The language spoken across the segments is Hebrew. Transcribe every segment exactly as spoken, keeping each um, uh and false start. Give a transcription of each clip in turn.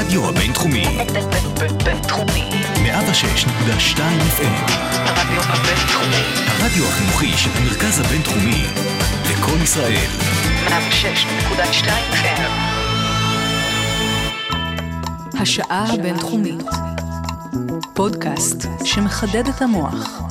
הרדיו הבינתחומי. בינתחומי. מאה ושש נקודה שתיים אף אם. הרדיו הבינתחומי. הרדיו החינוכי של המרכז הבינתחומי. לקול ישראל. מאה ושש נקודה שתיים אף אם. השעה הבינתחומית. פודקאסט שמחדד את המוח.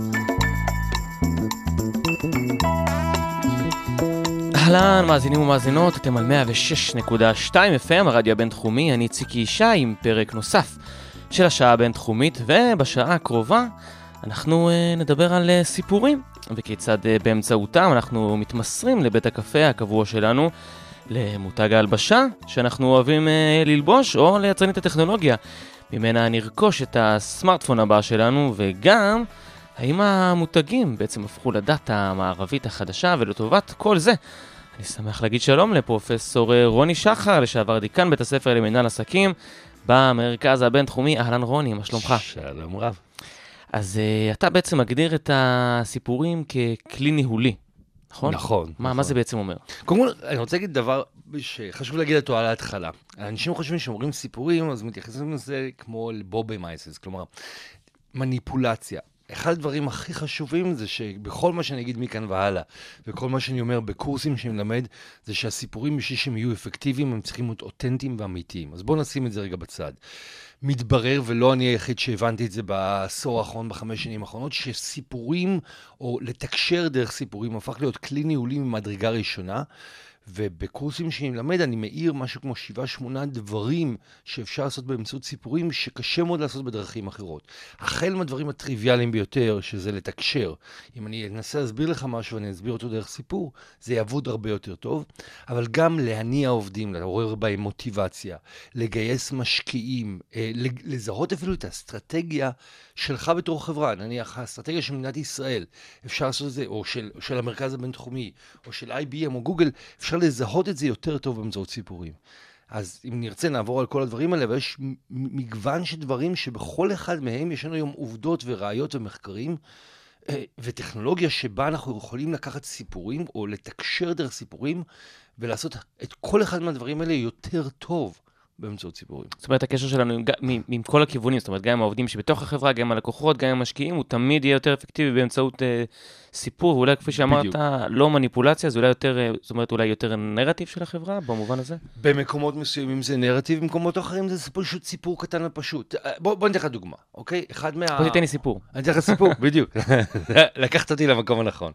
אהלן, מאזינים ומאזינות, אתם על מאה ושש נקודה שתיים אף אם, הרדיו הבינתחומי, אני ציקי ישי עם פרק נוסף של השעה הבינתחומית, ובשעה הקרובה אנחנו uh, נדבר על uh, סיפורים, וכיצד uh, באמצעותם אנחנו מתמסרים לבית הקפה הקבוע שלנו, למותג ההלבשה שאנחנו אוהבים uh, ללבוש או לייצרן את הטכנולוגיה, ממנה נרכוש את הסמארטפון הבא שלנו, וגם האם המותגים בעצם הפכו לדת המערבית החדשה, ולטובת כל זה אני שמח להגיד שלום לפרופסור רוני שחר, לשעבר דיקן בית הספר למנהל עסקים במרכז הבינתחומי. אהלן רוני, מה שלומך? שלום רב. אז uh, אתה בעצם מגדיר את הסיפורים ככלי ניהולי, נכון? נכון. מה, נכון. מה זה בעצם אומר? קודם כל, אני רוצה להגיד דבר שחשוב להגיד אותו על ההתחלה. אנשים חושבים שאומרים סיפורים, אז מתייחסים לזה כמו לבובי מייסס, כלומר, מניפולציה. אחד הדברים הכי חשובים זה שבכל מה שאני אגיד מכאן והלאה, וכל מה שאני אומר בקורסים שאני מלמד, זה שהסיפורים בשביל שהם יהיו אפקטיביים, הם צריכים להיות אותנטיים ואמיתיים. אז בואו נשים את זה רגע בצד. מתברר, ולא אני היחיד שהבנתי את זה בעשור האחרון, בחמש שנים האחרונות, שסיפורים, או לתקשר דרך סיפורים, הפך להיות כלי ניהולי ממדרגה ראשונה, ובקורסים שאני מלמד אני מאיר משהו כמו שבעה שמונה דברים שאפשר לעשות באמצעות סיפורים שקשה מאוד לעשות בדרכים אחרות. החל מהדברים הטריוויאליים ביותר, שזה לתקשר. אם אני אנסה להסביר לך משהו ואני אסביר אותו דרך סיפור, זה יעבוד הרבה יותר טוב, אבל גם להניע עובדים, לעורר בהם מוטיבציה, לגייס משקיעים, לזהות אפילו את האסטרטגיה שלך בתור חברה. נניח, האסטרטגיה של מדינת ישראל, אפשר לעשות את זה, או של, או של המרכז הבינתחומי, או של איי בי אם או גוגל, אפשר לזהות את זה יותר טוב באמצעות סיפורים. אז אם נרצה נעבור על כל הדברים האלה, ויש מגוון של דברים שבכל אחד מהם יש לנו היום עובדות וראיות ומחקרים, וטכנולוגיה שבה אנחנו יכולים לקחת סיפורים, או לתקשר דרך סיפורים, ולעשות את כל אחד מהדברים האלה יותר טוב באמצעות סיפורים. זאת אומרת, הקשר שלנו עם, עם, עם כל הכיוונים, זאת אומרת, גם עם העובדים שבתוך החברה, גם עם הלקוחות, גם עם המשקיעים, הוא תמיד יהיה יותר אפקטיבי באמצעות אה, סיפור, ואולי כפי שאמרת, בדיוק. לא מניפולציה, זה אולי יותר, אה, זאת אומרת, אולי יותר נרטיב של החברה, במובן הזה? במקומות מסוימים זה נרטיב, במקומות אחרים זה פשוט סיפור קטן ופשוט. בוא, בוא ניתן לך דוגמה, אוקיי? אחד מה... בוא תיתן לי סיפור. אני אתן לך סיפור, בדיוק. לקחת אותי למקום הנכון.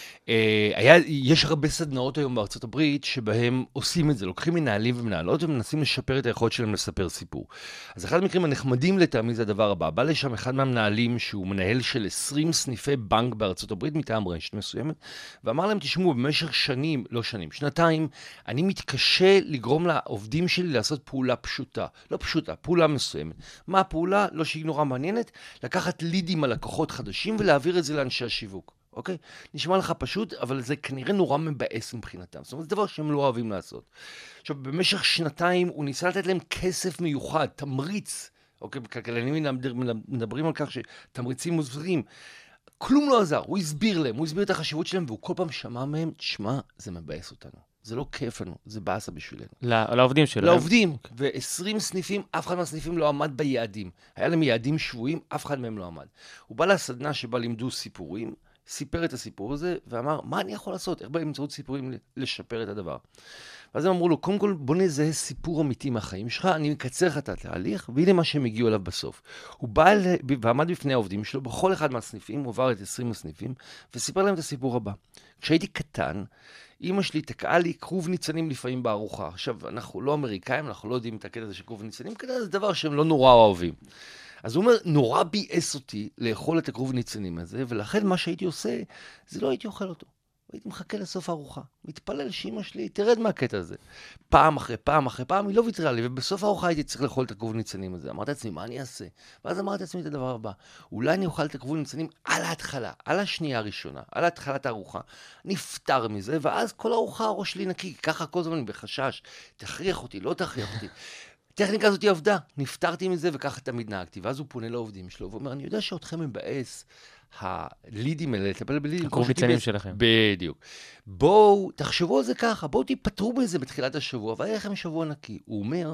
היה, יש הרבה סדנאות היום בארצות הברית שבהם עושים את זה, לוקחים מנהלים ומנהלות ומנסים לשפר את היכולת שלהם לספר סיפור. אז אחד המקרים הנחמדים לטעמי זה הדבר הבא, בא לשם אחד מהמנהלים שהוא מנהל של עשרים סניפי בנק בארצות הברית מטעם רשת מסוימת, ואמר להם, תשמעו, במשך שנים, לא שנים, שנתיים, אני מתקשה לגרום לעובדים שלי לעשות פעולה פשוטה, לא פשוטה, פעולה מסוימת. מה הפעולה? לא שהיא נורא מעניינת, לקחת לידים על לקוחות חדשים ולהעביר את זה לאנשי השיווק. אוקיי? נשמע לך פשוט, אבל זה כנראה נורא מבאס מבחינתם. זאת אומרת, זה דבר שהם לא אוהבים לעשות. עכשיו, במשך שנתיים הוא ניסה לתת להם כסף מיוחד, תמריץ. אוקיי? בכלכלנים מדברים על כך שתמריצים מוזרים. כלום לא עזר. הוא הסביר להם, הוא הסביר את החשיבות שלהם, והוא כל פעם שמע מהם, תשמע, זה מבאס אותנו. זה לא כיף לנו, זה באסה בשבילנו. לעובדים שלהם. לעובדים. ו-עשרים סניפים, אף אחד מהסניפים לא עמד ביעדים. היה להם יעדים שבועים, אף אחד מהם לא עמד. הוא בא לסדנה שבה לימדו סיפורים, סיפר את הסיפור הזה, ואמר, מה אני יכול לעשות? איך באמצעות סיפורים לשפר את הדבר? ואז הם אמרו לו, קודם כל, בוא נזהה סיפור אמיתי מהחיים שלך, אני מקצר לך את התהליך, והנה מה שהם הגיעו אליו בסוף. הוא בא ועמד בפני העובדים שלו, בכל אחד מהסניפים, הוא עבר את עשרים הסניפים, וסיפר להם את הסיפור הבא. כשהייתי קטן, אמא שלי תקעה לי כרוב ניצנים לפעמים בארוחה. עכשיו, אנחנו לא אמריקאים, אנחנו לא יודעים את הקטע הזה של כרוב ניצנים, כנראה זה דבר שהם לא נורא אוהבים. אז הוא אומר, נורא ביאס אותי לאכול את הכרוב ניצנים הזה, ולכן מה שהייתי עושה, זה לא הייתי אוכל אותו. הייתי מחכה לסוף הארוחה. מתפלל שאמא שלי תרד מהקטע הזה. פעם אחרי פעם אחרי פעם, היא לא ויתרה לי, ובסוף הארוחה הייתי צריך לאכול את הכרוב ניצנים הזה. אמרתי לעצמי, מה אני אעשה? ואז אמרתי לעצמי את הדבר הבא, אולי אני אוכל את הכרוב ניצנים על ההתחלה, על השנייה הראשונה, על התחלת הארוחה. נפטר מזה, ואז כל הארוחה הראש שלי נקי, ככה כל זמן בחשש, תכריח אותי, לא תכריח אותי. הטכניקה הזאת היא עבדה, נפטרתי מזה וככה תמיד נהגתי, ואז הוא פונה לעובדים שלו ואומר, אני יודע שאותכם מבאס הלידים האלה, לטפל בלידים. הקרוב ניצנים שלכם. בדיוק. בואו, תחשבו על זה ככה, בואו תיפטרו בזה בתחילת השבוע, והיה לכם שבוע נקי. הוא אומר,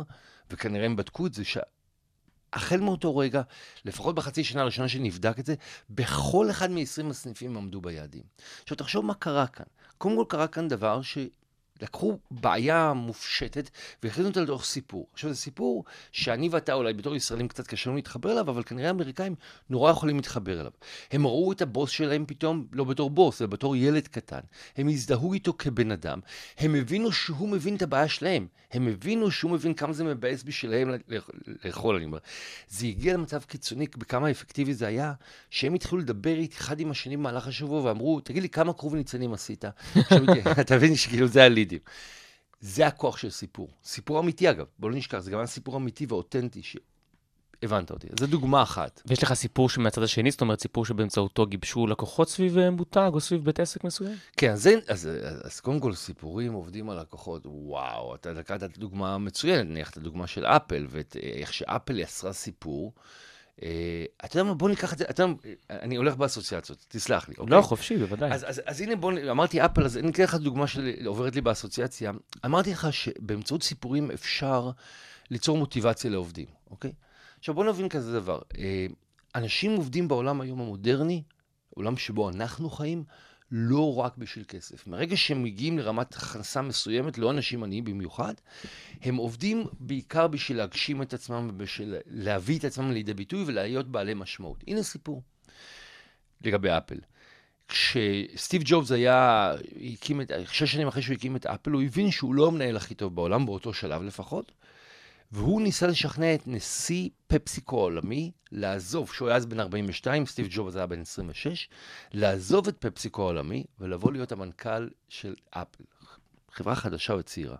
וכנראה הם בדקו את זה, שהחל מאותו רגע, לפחות בחצי שנה הראשונה שנבדק את זה, בכל אחד מ-עשרים הסניפים עמדו ביעדים. עכשיו, תחשוב מה קרה כאן. קודם כל קרה כאן דבר ש... לקחו בעיה מופשטת והכריזו אותה לתוך סיפור. עכשיו זה סיפור שאני ואתה אולי בתור ישראלים קצת קשה לנו להתחבר אליו, אבל כנראה האמריקאים נורא יכולים להתחבר אליו. הם ראו את הבוס שלהם פתאום לא בתור בוס, אלא בתור ילד קטן. הם הזדהו איתו כבן אדם. הם הבינו שהוא מבין את הבעיה שלהם. הם הבינו שהוא מבין כמה זה מבאס בשבילהם לאכול, אני אומר. זה הגיע למצב קיצוני, בכמה אפקטיבי זה היה, שהם התחילו לדבר אחד עם השני במהלך השבוע ואמרו, תגיד לי כמה קרוב ניצנים עשית? אתה מבין שכאילו זה הלידים. זה הכוח של סיפור. סיפור אמיתי אגב, בוא לא נשכח, זה גם היה סיפור אמיתי ואותנטי שהבנת אותי. זו דוגמה אחת. ויש לך סיפור שמהצד השני, זאת אומרת סיפור שבאמצעותו גיבשו לקוחות סביב מותג או סביב בית עסק מסוים? כן, אז, אז, אז, אז קודם כל סיפורים עובדים על לקוחות, וואו, אתה לקחת את הדוגמה מצוינת, נניח את הדוגמה של אפל, ואיך שאפל יצרה סיפור, אתה יודע מה, בוא ניקח את זה, אתה יודע, אני הולך באסוציאציות, תסלח לי. לא, חופשי, בוודאי. אז, אז, אז הנה בוא, אמרתי אפל, אז אני אקח לך דוגמה שעוברת לי באסוציאציה. אמרתי לך שבאמצעות סיפורים אפשר ליצור מוטיבציה לעובדים, אוקיי? עכשיו בוא נבין כזה דבר. אנשים עובדים בעולם היום המודרני, עולם שבו אנחנו חיים, לא רק בשביל כסף. מרגע שהם מגיעים לרמת הכנסה מסוימת, לא אנשים עניים במיוחד, הם עובדים בעיקר בשביל להגשים את עצמם ובשביל להביא את עצמם לידי ביטוי ולהיות בעלי משמעות. הנה סיפור לגבי אפל. כשסטיב ג'ובס היה, הקים את, שש שנים אחרי שהוא הקים את אפל, הוא הבין שהוא לא המנהל הכי טוב בעולם, באותו שלב לפחות, והוא ניסה לשכנע את נשיא פפסיקו העולמי לעזוב, שהוא היה אז בן ארבעים ושתיים, סטיב ג'ובס היה בן עשרים ושש, לעזוב את פפסיקו העולמי ולבוא להיות המנכ"ל של אפל, חברה חדשה וצעירה.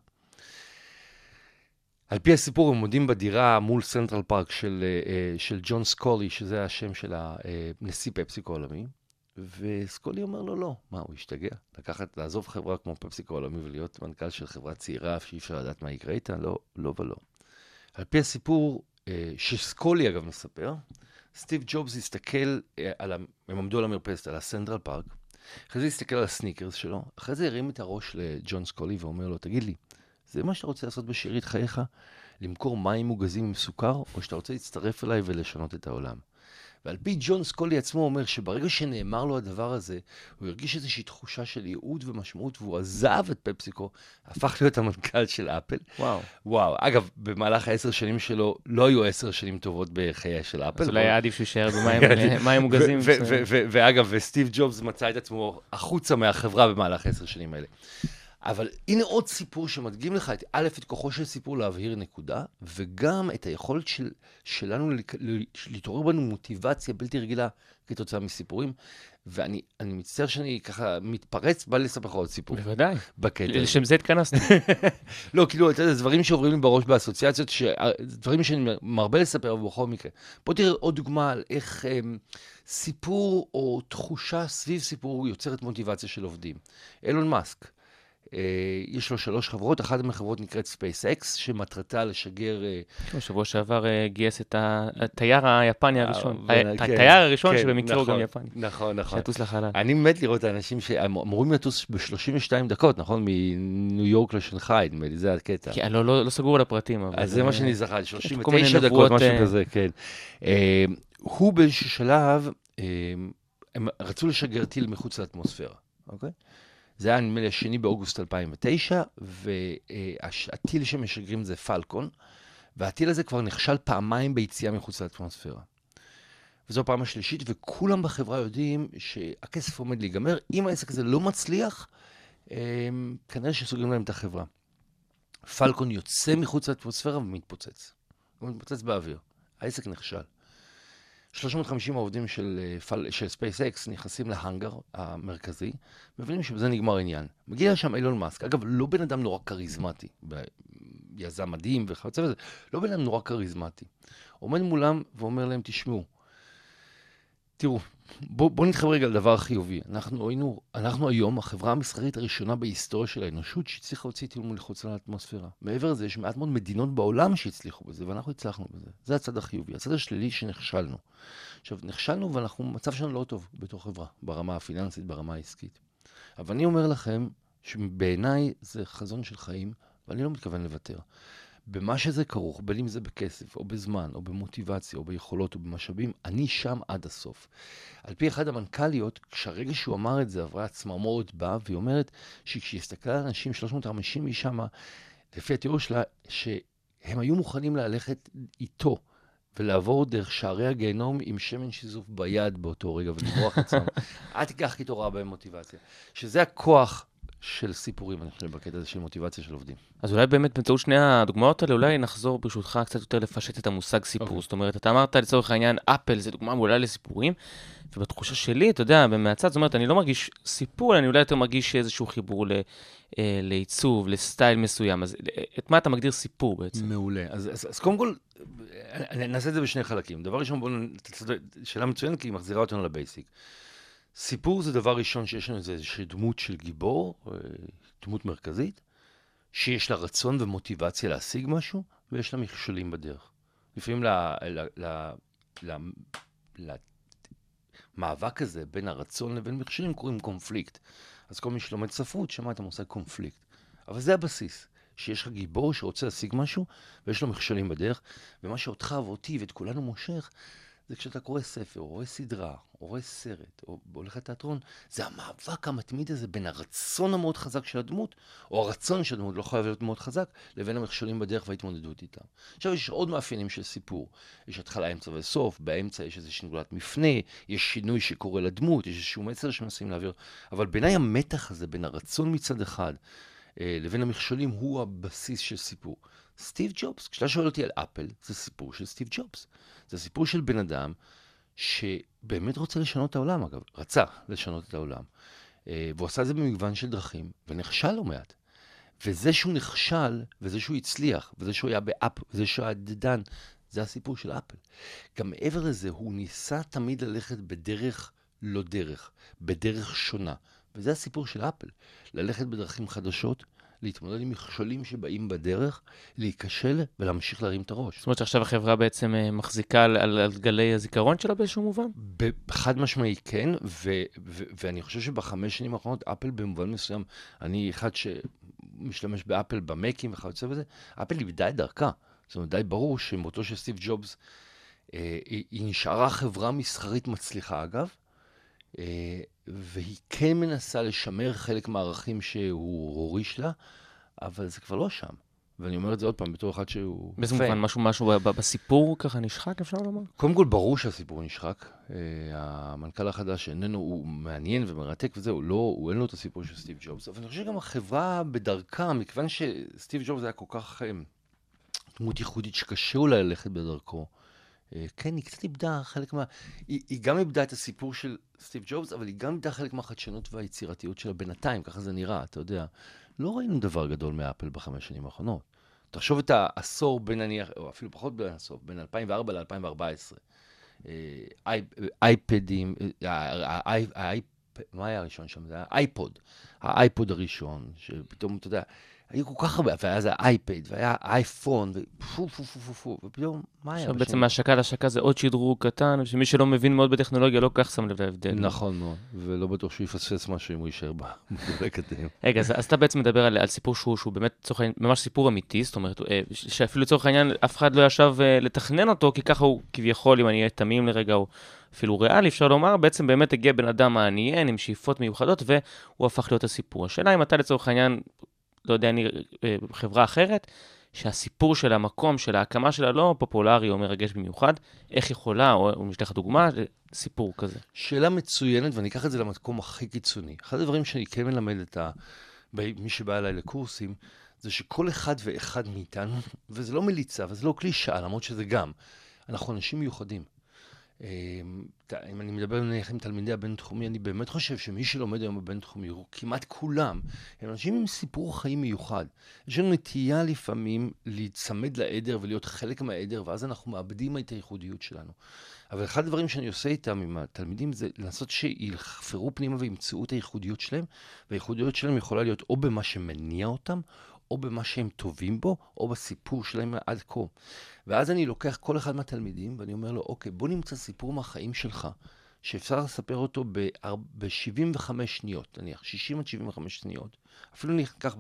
על פי הסיפור הם עומדים בדירה מול סנטרל פארק של, של ג'ון סקולי, שזה השם של נשיא פפסיקו העולמי, וסקולי אומר לו לא, מה הוא השתגע? לקחת, לעזוב חברה כמו פפסיקו העולמי ולהיות מנכ"ל של חברה צעירה שאי אפשר לדעת מה יקרה איתה? לא, לא ולא. על פי הסיפור שסקולי אגב מספר, סטיב ג'ובס הסתכל, על, הם עמדו על המרפסת, על הסנטרל פארק, אחרי זה הסתכל על הסניקרס שלו, אחרי זה הרים את הראש לג'ון סקולי ואומר לו, תגיד לי, זה מה שאתה רוצה לעשות בשארית חייך? למכור מים מוגזים עם סוכר, או שאתה רוצה להצטרף אליי ולשנות את העולם? ועל פי ג'ון סקולי עצמו אומר שברגע שנאמר לו הדבר הזה, הוא הרגיש איזושהי תחושה של ייעוד ומשמעות, והוא עזב את פפסיקו, הפך להיות המנכ"ל של אפל. וואו. וואו. אגב, במהלך העשר שנים שלו, לא היו עשר שנים טובות בחיי של אפל. אז אולי היה עדיף שישאר במים מוגזים. ואגב, וסטיב ג'ובס מצא את עצמו החוצה מהחברה במהלך העשר שנים האלה. אבל הנה עוד סיפור שמדגים לך את א', את כוחו של סיפור להבהיר נקודה, וגם את היכולת של, שלנו להתעורר בנו מוטיבציה בלתי רגילה כתוצאה מסיפורים, ואני אני מצטער שאני ככה מתפרץ, בא לספר לך עוד סיפור. בוודאי. בקטע. לשם זה התכנסתי. לא, כאילו, אתה יודע, דברים שעוברים לי בראש באסוציאציות, דברים שאני מרבה לספר, אבל בכל מקרה. בוא תראה עוד דוגמה על איך הם, סיפור או תחושה סביב סיפור יוצרת מוטיבציה של עובדים. אילון מאסק. יש לו שלוש חברות, אחת מהחברות נקראת SpaceX, שמטרתה לשגר... בשבוע שעבר גייס את התייר היפני הראשון. התייר הראשון שבמקרה הוא גם יפני. נכון, נכון. שטוס לחלל. אני מת לראות את האנשים שאמורים לטוס ב-שלושים ושתיים דקות, נכון? מניו יורק לשנגחאי, נדמה לי, זה הקטע. כן, לא סגור על הפרטים. אז זה מה שאני זכר, שלושים ותשע דקות, משהו כזה, כן. הוא באיזשהו שלב, הם רצו לשגר טיל מחוץ לאטמוספירה, אוקיי? זה היה נדמה לי השני באוגוסט אלפיים ותשע, והטיל שמשגרים זה פלקון, והטיל הזה כבר נכשל פעמיים ביציאה מחוץ לאטמוספירה. וזו הפעם השלישית, וכולם בחברה יודעים שהכסף עומד להיגמר. אם העסק הזה לא מצליח, כנראה שסוגרים להם את החברה. פלקון יוצא מחוץ לאטמוספירה ומתפוצץ. הוא מתפוצץ באוויר. העסק נכשל. שלוש מאות וחמישים העובדים של, של SpaceX נכנסים להנגר המרכזי, מבינים שבזה נגמר עניין. מגיע שם אילון מאסק, אגב, לא בן אדם נורא קריזמטי, יזם מדהים וכיוצא בזה, לא בן אדם נורא קריזמטי. עומד מולם ואומר להם, תשמעו, תראו, בואו בוא נתחבר רגע לדבר חיובי. אנחנו, היינו, אנחנו היום החברה המסחרית הראשונה בהיסטוריה של האנושות שהצליחה להוציא טיל מחוץ לאטמוספירה. מעבר לזה, יש מעט מאוד מדינות בעולם שהצליחו בזה, ואנחנו הצלחנו בזה. זה הצד החיובי. הצד השלילי שנכשלנו. עכשיו, נכשלנו ואנחנו, מצב שלנו לא טוב בתור חברה, ברמה הפיננסית, ברמה העסקית. אבל אני אומר לכם שבעיניי זה חזון של חיים, ואני לא מתכוון לוותר. במה שזה כרוך, בין אם זה בכסף, או בזמן, או במוטיבציה, או ביכולות, או במשאבים, אני שם עד הסוף. על פי אחד המנכ"ליות, כשהרגע שהוא אמר את זה, עברה צמרמורת בה, והיא אומרת שכשהיא הסתכלה על אנשים, שלוש מאות וחמישים איש שמה, לפי התיאור שלה, שהם היו מוכנים ללכת איתו, ולעבור דרך שערי הגיהנום עם שמן שיזוף ביד באותו רגע, ולברוח עצמם. אל תיקח איתו רע בהם מוטיבציה. שזה הכוח של סיפורים, אני חושב, בקטע הזה של מוטיבציה של עובדים. אז אולי באמת באמצעות שני הדוגמאות האלה, אולי נחזור ברשותך קצת יותר לפשט את המושג סיפור. Okay. זאת אומרת, אתה אמרת לצורך העניין, אפל זה דוגמה אולי לסיפורים, ובתחושה שלי, אתה יודע, מהצד, זאת אומרת, אני לא מרגיש סיפור, אני אולי יותר מרגיש איזשהו חיבור ל, אה, לעיצוב, לסטייל מסוים. אז את מה אתה מגדיר סיפור בעצם? מעולה. אז, אז, אז קודם כל, נעשה את זה בשני חלקים. דבר ראשון, בואו, שאלה מצוינת, כי היא מחזירה אותנו לבייסיק. סיפור זה דבר ראשון שיש לנו איזושהי דמות של גיבור, דמות מרכזית, שיש לה רצון ומוטיבציה להשיג משהו, ויש לה מכשולים בדרך. לפעמים למאבק הזה בין הרצון לבין מכשולים קוראים קונפליקט. אז כל מי שלומד ספרות שמע את המושג קונפליקט. אבל זה הבסיס, שיש לך גיבור שרוצה להשיג משהו, ויש לו מכשולים בדרך, ומה שאותך ואותי ואת כולנו מושך, זה כשאתה קורא ספר, או רואה סדרה, או רואה סרט, או הולך לתיאטרון, זה המאבק המתמיד הזה בין הרצון המאוד חזק של הדמות, או הרצון של הדמות לא חייב להיות מאוד חזק, לבין המכשולים בדרך וההתמודדות איתם. עכשיו יש עוד מאפיינים של סיפור. יש התחלה, אמצע וסוף, באמצע יש איזושהי נקודת מפנה, יש שינוי שקורה לדמות, יש איזשהו מסר שמנסים להעביר. אבל בעיניי המתח הזה בין הרצון מצד אחד, לבין המכשולים הוא הבסיס של סיפור. סטיב ג'ובס, כשאתה שואל אותי על אפל, זה סיפור של סטיב ג'ובס. זה סיפור של בן אדם שבאמת רוצה לשנות את העולם, אגב, רצה לשנות את העולם. והוא עשה את זה במגוון של דרכים, ונכשל לא מעט. וזה שהוא נכשל, וזה שהוא הצליח, וזה שהוא היה באפ, וזה שהוא היה דדן, זה הסיפור של אפל. גם מעבר לזה, הוא ניסה תמיד ללכת בדרך לא דרך, בדרך שונה. וזה הסיפור של אפל. ללכת בדרכים חדשות, להתמודד עם מכשולים שבאים בדרך, להיכשל ולהמשיך להרים את הראש. זאת אומרת שעכשיו החברה בעצם מחזיקה על, על, על גלי הזיכרון שלה באיזשהו מובן? בחד משמעי כן, ו, ו, ואני חושב שבחמש שנים האחרונות, אפל במובן מסוים, אני אחד שמשתמש באפל במקים וכיוצא בזה, אפל איבדה את דרכה. זאת אומרת, די ברור שמותו של סטיב ג'ובס, אה, היא, היא נשארה חברה מסחרית מצליחה אגב, אה, והיא כן מנסה לשמר חלק מהערכים שהוא הוריש לה, אבל זה כבר לא שם. ואני אומר את זה עוד פעם, בתור אחד שהוא... באיזה מובן, משהו, משהו בסיפור ככה נשחק, אפשר לומר? קודם כל, ברור שהסיפור נשחק. המנכ"ל החדש איננו, הוא מעניין ומרתק וזהו, לא, הוא אין לו את הסיפור של סטיב ג'ובס. אבל אני חושב שגם החברה בדרכה, מכיוון שסטיב ג'ובס היה כל כך דמות ייחודית שקשה אולי ללכת בדרכו, כן, היא קצת איבדה חלק מה... היא, היא גם איבדה את הסיפור של סטיב ג'ובס, אבל היא גם איבדה חלק מהחדשנות והיצירתיות שלה בינתיים, ככה זה נראה, אתה יודע. לא ראינו דבר גדול מאפל בחמש שנים האחרונות. תחשוב את העשור בין, אני, או אפילו פחות בין העשור, בין אלפיים וארבע ל-אלפיים וארבע עשרה. אייפדים, מה היה הראשון שם? זה היה אייפוד. האייפוד הראשון, שפתאום, אתה יודע, היו כל כך הרבה, והיה זה האייפד, והיה האייפון, ופו, פו, פו, פו, פו, ופתאום, מה היה? עכשיו בעצם מהשקה להשקה זה עוד שדרוג קטן, שמי שלא מבין מאוד בטכנולוגיה לא כך שם לב להבדל. נכון מאוד, ולא בטוח שהוא יפספס משהו אם הוא יישאר בדורי קטעים. רגע, אז אתה בעצם מדבר על סיפור שהוא באמת ממש סיפור אמיתי, זאת אומרת, שאפילו לצורך העניין אף אחד לא ישב לתכנן אותו, כי ככה הוא כביכול, אם אני אהיה תמים לרגע, או אפילו ריאלי, אפשר לומר, בעצם באמת הגיע בן אדם מעניין, עם שאיפות מיוחדות, והוא הפך להיות הסיפור. השאלה אם אתה לצורך העניין לא יודע, אני חברה אחרת, שהסיפור של המקום, של ההקמה שלה לא פופולרי או מרגש במיוחד, איך יכולה, או, או משלח דוגמה, סיפור כזה. שאלה מצוינת, ואני אקח את זה למקום הכי קיצוני. אחד הדברים שאני כן מלמד את ה... מי שבא אליי לקורסים, זה שכל אחד ואחד מאיתנו, וזה לא מליצה, וזה לא קלישאה, למרות שזה גם, אנחנו אנשים מיוחדים. אם אני מדבר עם תלמידי הבינתחומי, אני באמת חושב שמי שלומד היום בבינתחומי, כמעט כולם, הם אנשים עם סיפור חיים מיוחד. יש לנו נטייה לפעמים להצמד לעדר ולהיות חלק מהעדר, ואז אנחנו מאבדים את הייחודיות שלנו. אבל אחד הדברים שאני עושה איתם עם התלמידים זה לנסות שיחפרו פנימה וימצאו את הייחודיות שלהם, והייחודיות שלהם יכולה להיות או במה שמניע אותם, או במה שהם טובים בו, או בסיפור שלהם עד כה. ואז אני לוקח כל אחד מהתלמידים, ואני אומר לו, אוקיי, בוא נמצא סיפור מהחיים שלך, שאפשר לספר אותו ב-שבעים וחמש שניות, נניח, שישים עד שבעים וחמש שניות. אפילו ניקח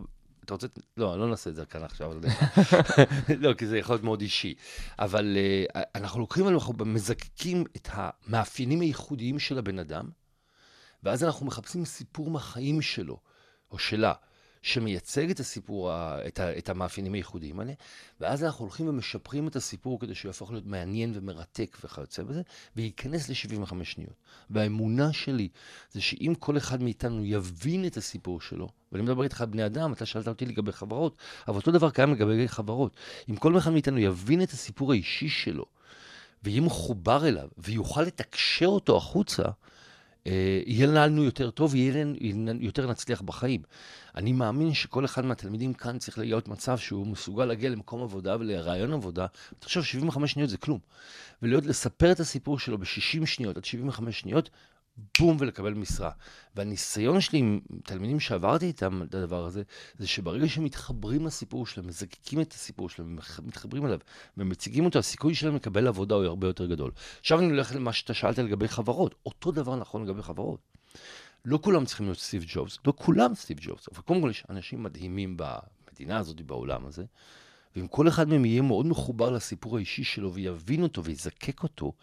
אתה רוצה, לא, לא נעשה את זה כאן עכשיו, לא, כי זה יכול להיות מאוד אישי. אבל uh, אנחנו לוקחים, אנחנו מזקקים את המאפיינים הייחודיים של הבן אדם, ואז אנחנו מחפשים סיפור מהחיים שלו, או שלה, שמייצג את הסיפור, את, ה, את המאפיינים הייחודיים האלה, ואז אנחנו הולכים ומשפרים את הסיפור כדי שהוא יהפוך להיות מעניין ומרתק וכיוצא בזה, וייכנס ל-שבעים וחמש שניות. והאמונה שלי זה שאם כל אחד מאיתנו יבין את הסיפור שלו, ואני מדבר איתך בני אדם, אתה שאלת אותי לגבי חברות, אבל אותו דבר קיים לגבי חברות. אם כל אחד מאיתנו יבין את הסיפור האישי שלו, ויהיה מחובר אליו, ויוכל לתקשר אותו החוצה, יהיה לנו יותר טוב, יהיה לנו יותר נצליח בחיים. אני מאמין שכל אחד מהתלמידים כאן צריך להיות מצב שהוא מסוגל להגיע למקום עבודה ולרעיון עבודה. אתה חושב, שבעים וחמש שניות זה כלום. ולהיות לספר את הסיפור שלו ב-שישים שניות עד שבעים וחמש שניות, בום, ולקבל משרה. והניסיון שלי עם תלמידים שעברתי איתם את הדבר הזה, זה שברגע שהם מתחברים לסיפור שלהם, מזקקים את הסיפור שלהם, מתחברים אליו, ומציגים אותו, הסיכוי שלהם לקבל עבודה הוא הרבה יותר גדול. עכשיו אני הולך למה שאתה שאלת לגבי חברות. אותו דבר נכון לגבי חברות. לא כולם צריכים להיות סטיב ג'ובס, לא כולם סטיב ג'ובס, אבל קודם כל יש אנשים מדהימים במדינה הזאת, בעולם הזה, ואם כל אחד מהם יהיה מאוד מחובר לסיפור האישי שלו, ויבין אותו ויזקק אותו,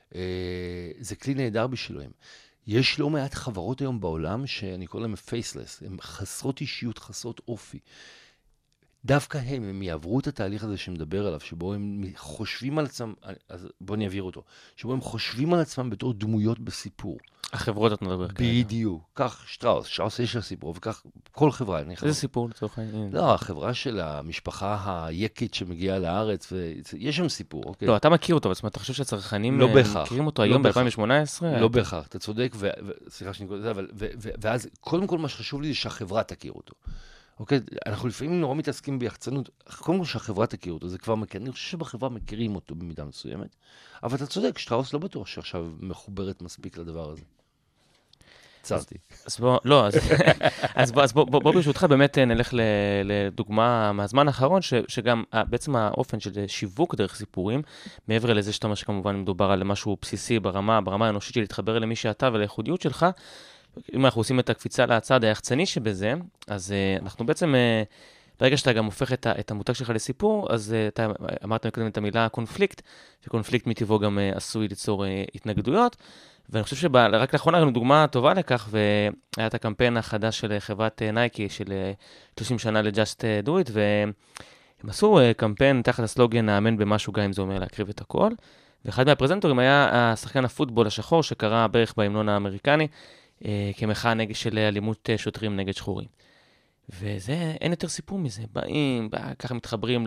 זה כלי נהדר בשבילם. יש לא מעט חברות היום בעולם שאני קורא להם פייסלס, הן חסרות אישיות, חסרות אופי. דווקא הם, הם יעברו את התהליך הזה שמדבר עליו, שבו הם חושבים על עצמם, אז בוא נעביר אותו, שבו הם חושבים על עצמם בתור דמויות בסיפור. החברות את מדבר כרגע. בדיוק. כך שטראוס, שטראוס יש לה סיפור, וכך כל חברה. איזה סיפור לצורך העניין? לא, החברה של המשפחה היקית שמגיעה לארץ, ויש שם סיפור, אוקיי? לא, אתה מכיר אותו, אבל אתה חושב שהצרכנים מכירים אותו היום ב-אלפיים ושמונה עשרה? לא בהכרח, אתה צודק, סליחה שאני קורא את זה, אבל, ואז קודם כל מה שחשוב לי זה שהחברה תכיר אותו. אוקיי, אנחנו לפעמים נורא מתעסקים ביחצנות, קודם כל שהחברה תכיר אותו, זה כבר מכיר, אני חושב שבחברה מכירים אותו במידה מסוימת, אבל אתה צודק, שטראוס לא בטוח שעכשיו מחוברת מספיק לדבר הזה. צרתי. אז בוא, לא, אז בוא, אז בוא, בוא ברשותך באמת נלך לדוגמה מהזמן האחרון, שגם בעצם האופן של שיווק דרך סיפורים, מעבר לזה שאתה אומר שכמובן מדובר על משהו בסיסי ברמה, ברמה האנושית של להתחבר למי שאתה ולייחודיות שלך, אם אנחנו עושים את הקפיצה לצד היחצני שבזה, אז uh, אנחנו בעצם, uh, ברגע שאתה גם הופך את, את המותג שלך לסיפור, אז uh, אתה אמרת מקודם את המילה קונפליקט, וקונפליקט מטבעו גם uh, עשוי ליצור uh, התנגדויות, ואני חושב שרק לאחרונה היינו דוגמה טובה לכך, והיה את הקמפיין החדש של חברת uh, נייקי, של uh, שלושים שנה ל-Just uh, Do It, והם עשו uh, קמפיין תחת הסלוגן, נאמן במשהו גם אם זה אומר להקריב את הכל, ואחד מהפרזנטורים היה השחקן הפוטבול השחור, שקרא בערך בהמנון האמריקני, כמחאה נגד של אלימות שוטרים נגד שחורים. וזה, אין יותר סיפור מזה. באים, בא, ככה מתחברים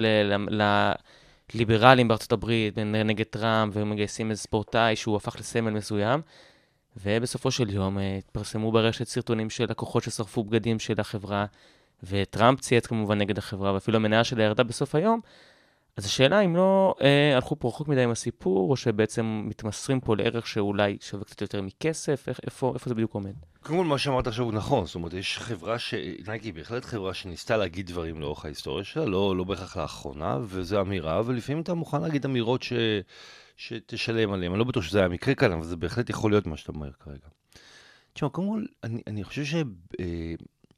לליברלים בארצות הברית, נגד טראמפ, ומגייסים איזה ספורטאי שהוא הפך לסמל מסוים, ובסופו של יום התפרסמו ברשת סרטונים של לקוחות ששרפו בגדים של החברה, וטראמפ צייץ כמובן נגד החברה, ואפילו המניה שלה ירדה בסוף היום. אז השאלה אם לא אה, הלכו פה רחוק מדי עם הסיפור, או שבעצם מתמסרים פה לערך שאולי שווה קצת יותר מכסף, איך, איפה, איפה זה בדיוק עומד? קודם כל, מה שאמרת עכשיו הוא נכון, זאת אומרת, יש חברה ש... נייקי, בהחלט חברה שניסתה להגיד דברים לאורך ההיסטוריה שלה, לא, לא בהכרח לאחרונה, וזו אמירה, ולפעמים אתה מוכן להגיד אמירות ש... שתשלם עליהן. אני לא בטוח שזה היה מקרה כאן, אבל זה בהחלט יכול להיות מה שאתה אומר כרגע. תשמע, קודם כל, אני, אני חושב ש... אה,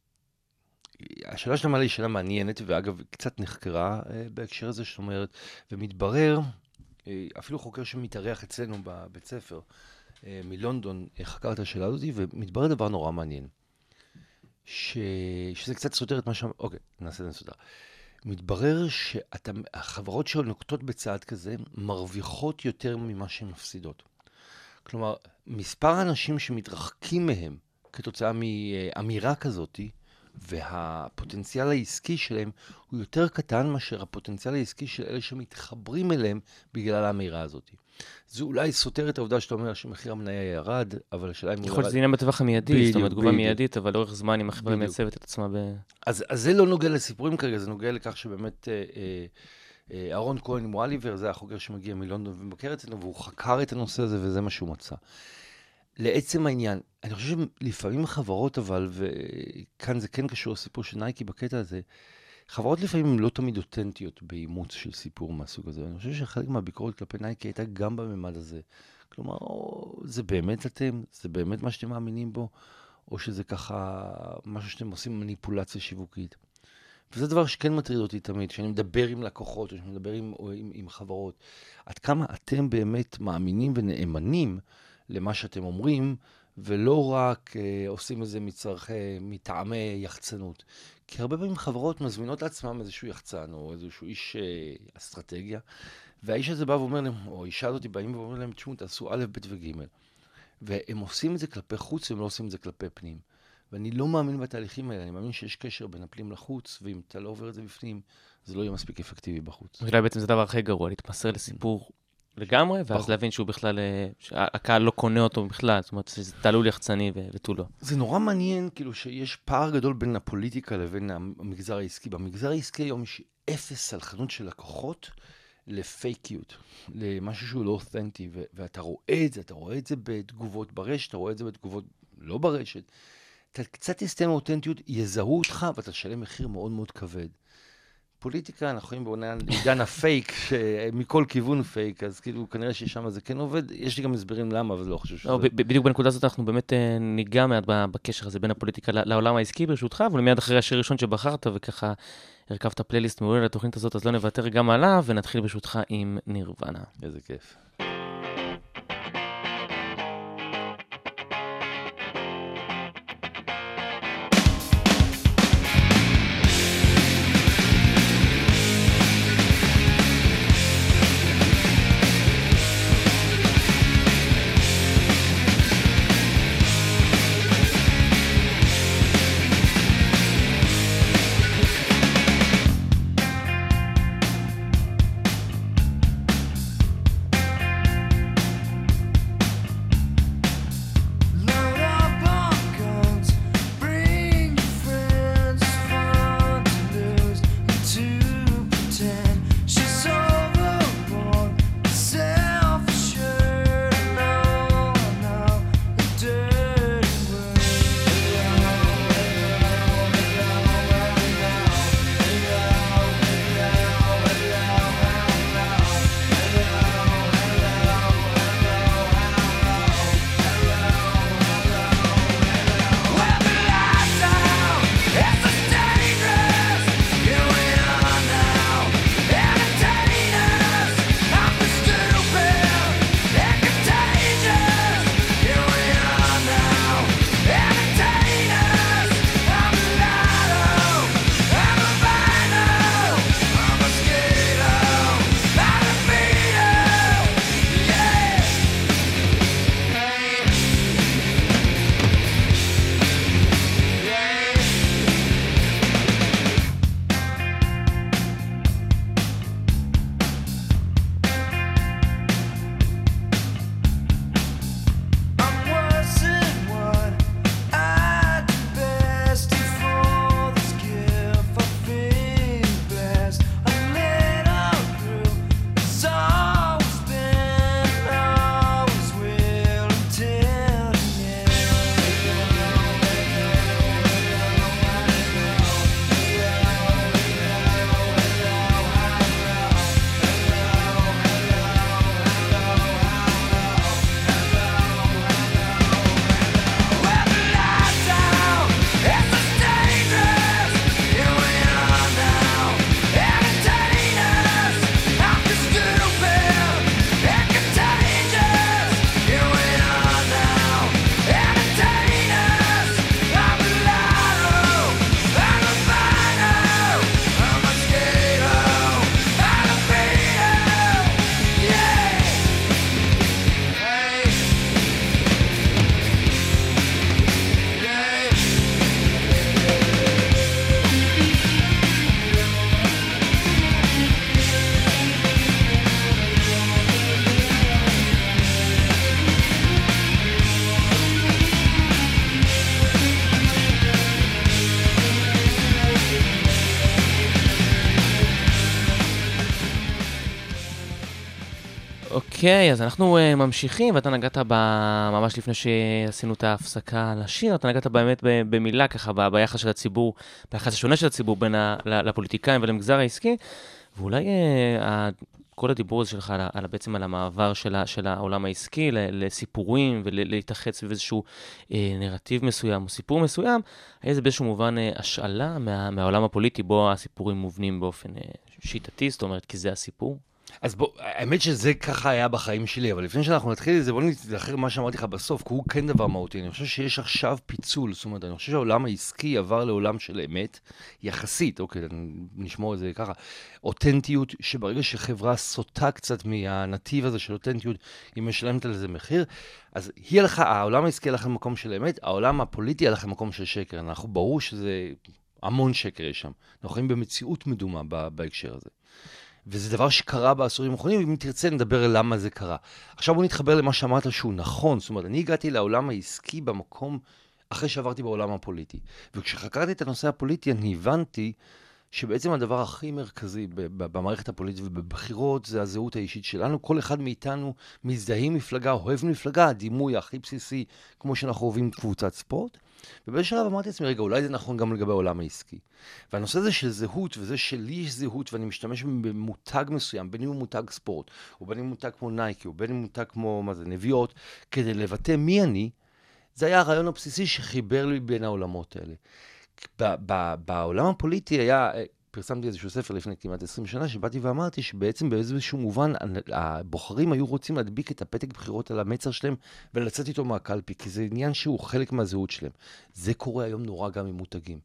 השאלה שאתה מעלה היא שאלה מעניינת, ואגב, קצת נחקרה אה, בהקשר הזה, זאת אומרת, ומתברר, אה, אפילו חוקר שמתארח אצלנו בבית ספר, אה, מלונדון, אה, חקר את השאלה הזאת, ומתברר דבר נורא מעניין. ש... שזה קצת סותר את מה שם... אוקיי, נעשה את זה סותר. מתברר שהחברות שנוקטות בצעד כזה, מרוויחות יותר ממה שהן מפסידות. כלומר, מספר האנשים שמתרחקים מהם, כתוצאה מאמירה כזאת, והפוטנציאל העסקי שלהם הוא יותר קטן מאשר הפוטנציאל העסקי של אלה שמתחברים אליהם בגלל האמירה הזאת. זה אולי סותר את העובדה שאתה אומר שמחיר המניה ירד, אבל השאלה אם הוא ירד... יכול להיות שזה עניין בטווח המיידי, זאת אומרת, תגובה מיידית, אבל לאורך זמן אם החברה מייצבת את עצמה ב... אז, אז זה לא נוגע לסיפורים כרגע, זה נוגע לכך שבאמת אה, אה, אהרון כהן מואליבר, זה החוקר שמגיע מלונדון ומבקר אצלנו, והוא חקר את הנושא הזה וזה מה שהוא מצא. לעצם העניין, אני חושב שלפעמים חברות, אבל, וכאן זה כן קשור לסיפור של נייקי בקטע הזה, חברות לפעמים הן לא תמיד אותנטיות באימוץ של סיפור מהסוג הזה. אני חושב שחלק מהביקורת כלפי נייקי הייתה גם בממד הזה. כלומר, או, זה באמת אתם, זה באמת מה שאתם מאמינים בו, או שזה ככה משהו שאתם עושים מניפולציה שיווקית. וזה דבר שכן מטריד אותי תמיד, שאני מדבר עם לקוחות, או שאני מדבר עם, או עם, עם חברות. עד כמה אתם באמת מאמינים ונאמנים למה שאתם אומרים, ולא רק אה, עושים איזה מצרכי, מטעמי יחצנות. כי הרבה פעמים חברות מזמינות לעצמם איזשהו יחצן, או איזשהו איש אה, אסטרטגיה, והאיש הזה בא ואומר להם, או אישה הזאת באים ואומר להם, תשמעו, תעשו א', ב' וג'. והם עושים את זה כלפי חוץ, והם לא עושים את זה כלפי פנים. ואני לא מאמין בתהליכים האלה, אני מאמין שיש קשר בין הפנים לחוץ, ואם אתה לא עובר את זה בפנים, זה לא יהיה מספיק אפקטיבי בחוץ. אולי בעצם זה דבר הכי גרוע, להתמסר לסיפור לגמרי, ואז להבין שהוא בכלל, שהקהל לא קונה אותו בכלל, זאת אומרת, זה תעלול יחצני ותו לא. זה נורא מעניין, כאילו, שיש פער גדול בין הפוליטיקה לבין המגזר העסקי. במגזר העסקי היום יש אפס סלחנות של לקוחות לפייקיות, למשהו שהוא לא אותנטי, ואתה רואה את זה, אתה רואה את זה בתגובות ברשת, אתה רואה את זה בתגובות לא ברשת. אתה קצת תסתיים האותנטיות, יזהו אותך, ואתה תשלם מחיר מאוד מאוד כבד. פוליטיקה, אנחנו חיים בעידן הפייק, שמכל כיוון פייק, אז כאילו כנראה ששם זה כן עובד. יש לי גם הסברים למה, אבל לא חושב שזה... בדיוק בנקודה הזאת אנחנו באמת ניגע מעט בקשר הזה בין הפוליטיקה לעולם העסקי ברשותך, אבל מיד אחרי השיר ראשון שבחרת, וככה הרכבת פלייליסט מעולה לתוכנית הזאת, אז לא נוותר גם עליו, ונתחיל ברשותך עם נירוונה. איזה כיף. אוקיי, אז אנחנו uh, ממשיכים, ואתה נגעת ב... ממש לפני שעשינו את ההפסקה לשיר, אתה נגעת באמת במילה ככה, ב... ביחס של הציבור, ביחס השונה של הציבור בין ה... לפוליטיקאים ולמגזר העסקי, ואולי uh, כל הדיבור הזה שלך על, על, בעצם על המעבר של, של העולם העסקי לסיפורים ולהתאחד סביב איזשהו אה, נרטיב מסוים או סיפור מסוים, היה זה באיזשהו מובן אה, השאלה מה, מהעולם הפוליטי בו הסיפורים מובנים באופן אה, שיטתי, זאת אומרת, כי זה הסיפור. אז בוא, האמת שזה ככה היה בחיים שלי, אבל לפני שאנחנו נתחיל את זה, בוא נתזכר מה שאמרתי לך בסוף, כי הוא כן דבר מהותי. אני חושב שיש עכשיו פיצול, זאת אומרת, אני חושב שהעולם העסקי עבר לעולם של אמת, יחסית, אוקיי, נשמור את זה ככה, אותנטיות, שברגע שחברה סוטה קצת מהנתיב הזה של אותנטיות, היא משלמת על זה מחיר, אז היא הלכה, העולם העסקי הלך למקום של אמת, העולם הפוליטי הלך למקום של שקר. אנחנו ברור שזה המון שקר יש שם. אנחנו חיים במציאות מדומה בהקשר הזה. וזה דבר שקרה בעשורים האחרונים, ואם תרצה נדבר על למה זה קרה. עכשיו בוא נתחבר למה שאמרת שהוא נכון, זאת אומרת, אני הגעתי לעולם העסקי במקום אחרי שעברתי בעולם הפוליטי. וכשחקרתי את הנושא הפוליטי, אני הבנתי שבעצם הדבר הכי מרכזי במערכת הפוליטית ובבחירות זה הזהות האישית שלנו. כל אחד מאיתנו מזדהים מפלגה, אוהב מפלגה, הדימוי הכי בסיסי, כמו שאנחנו אוהבים קבוצת ספורט. ובשלב אמרתי לעצמי, רגע, אולי זה נכון גם לגבי העולם העסקי. והנושא הזה של זהות, וזה שלי יש זהות, ואני משתמש במותג מסוים, בין אם הוא מותג ספורט, או בין אם הוא מותג כמו נייקי, או בין אם הוא מותג כמו, מה זה, נביאות, כדי לבטא מי אני, זה היה הרעיון הבסיסי שחיבר לי בין העולמות האלה. בעולם הפוליטי היה, פרסמתי איזשהו ספר לפני כמעט עשרים שנה, שבאתי ואמרתי שבעצם באיזשהו מובן, הבוחרים היו רוצים להדביק את הפתק בחירות על המצר שלהם, ולצאת איתו מהקלפי, כי זה עניין שהוא חלק מהזהות שלהם. זה קורה היום נורא גם עם מותגים.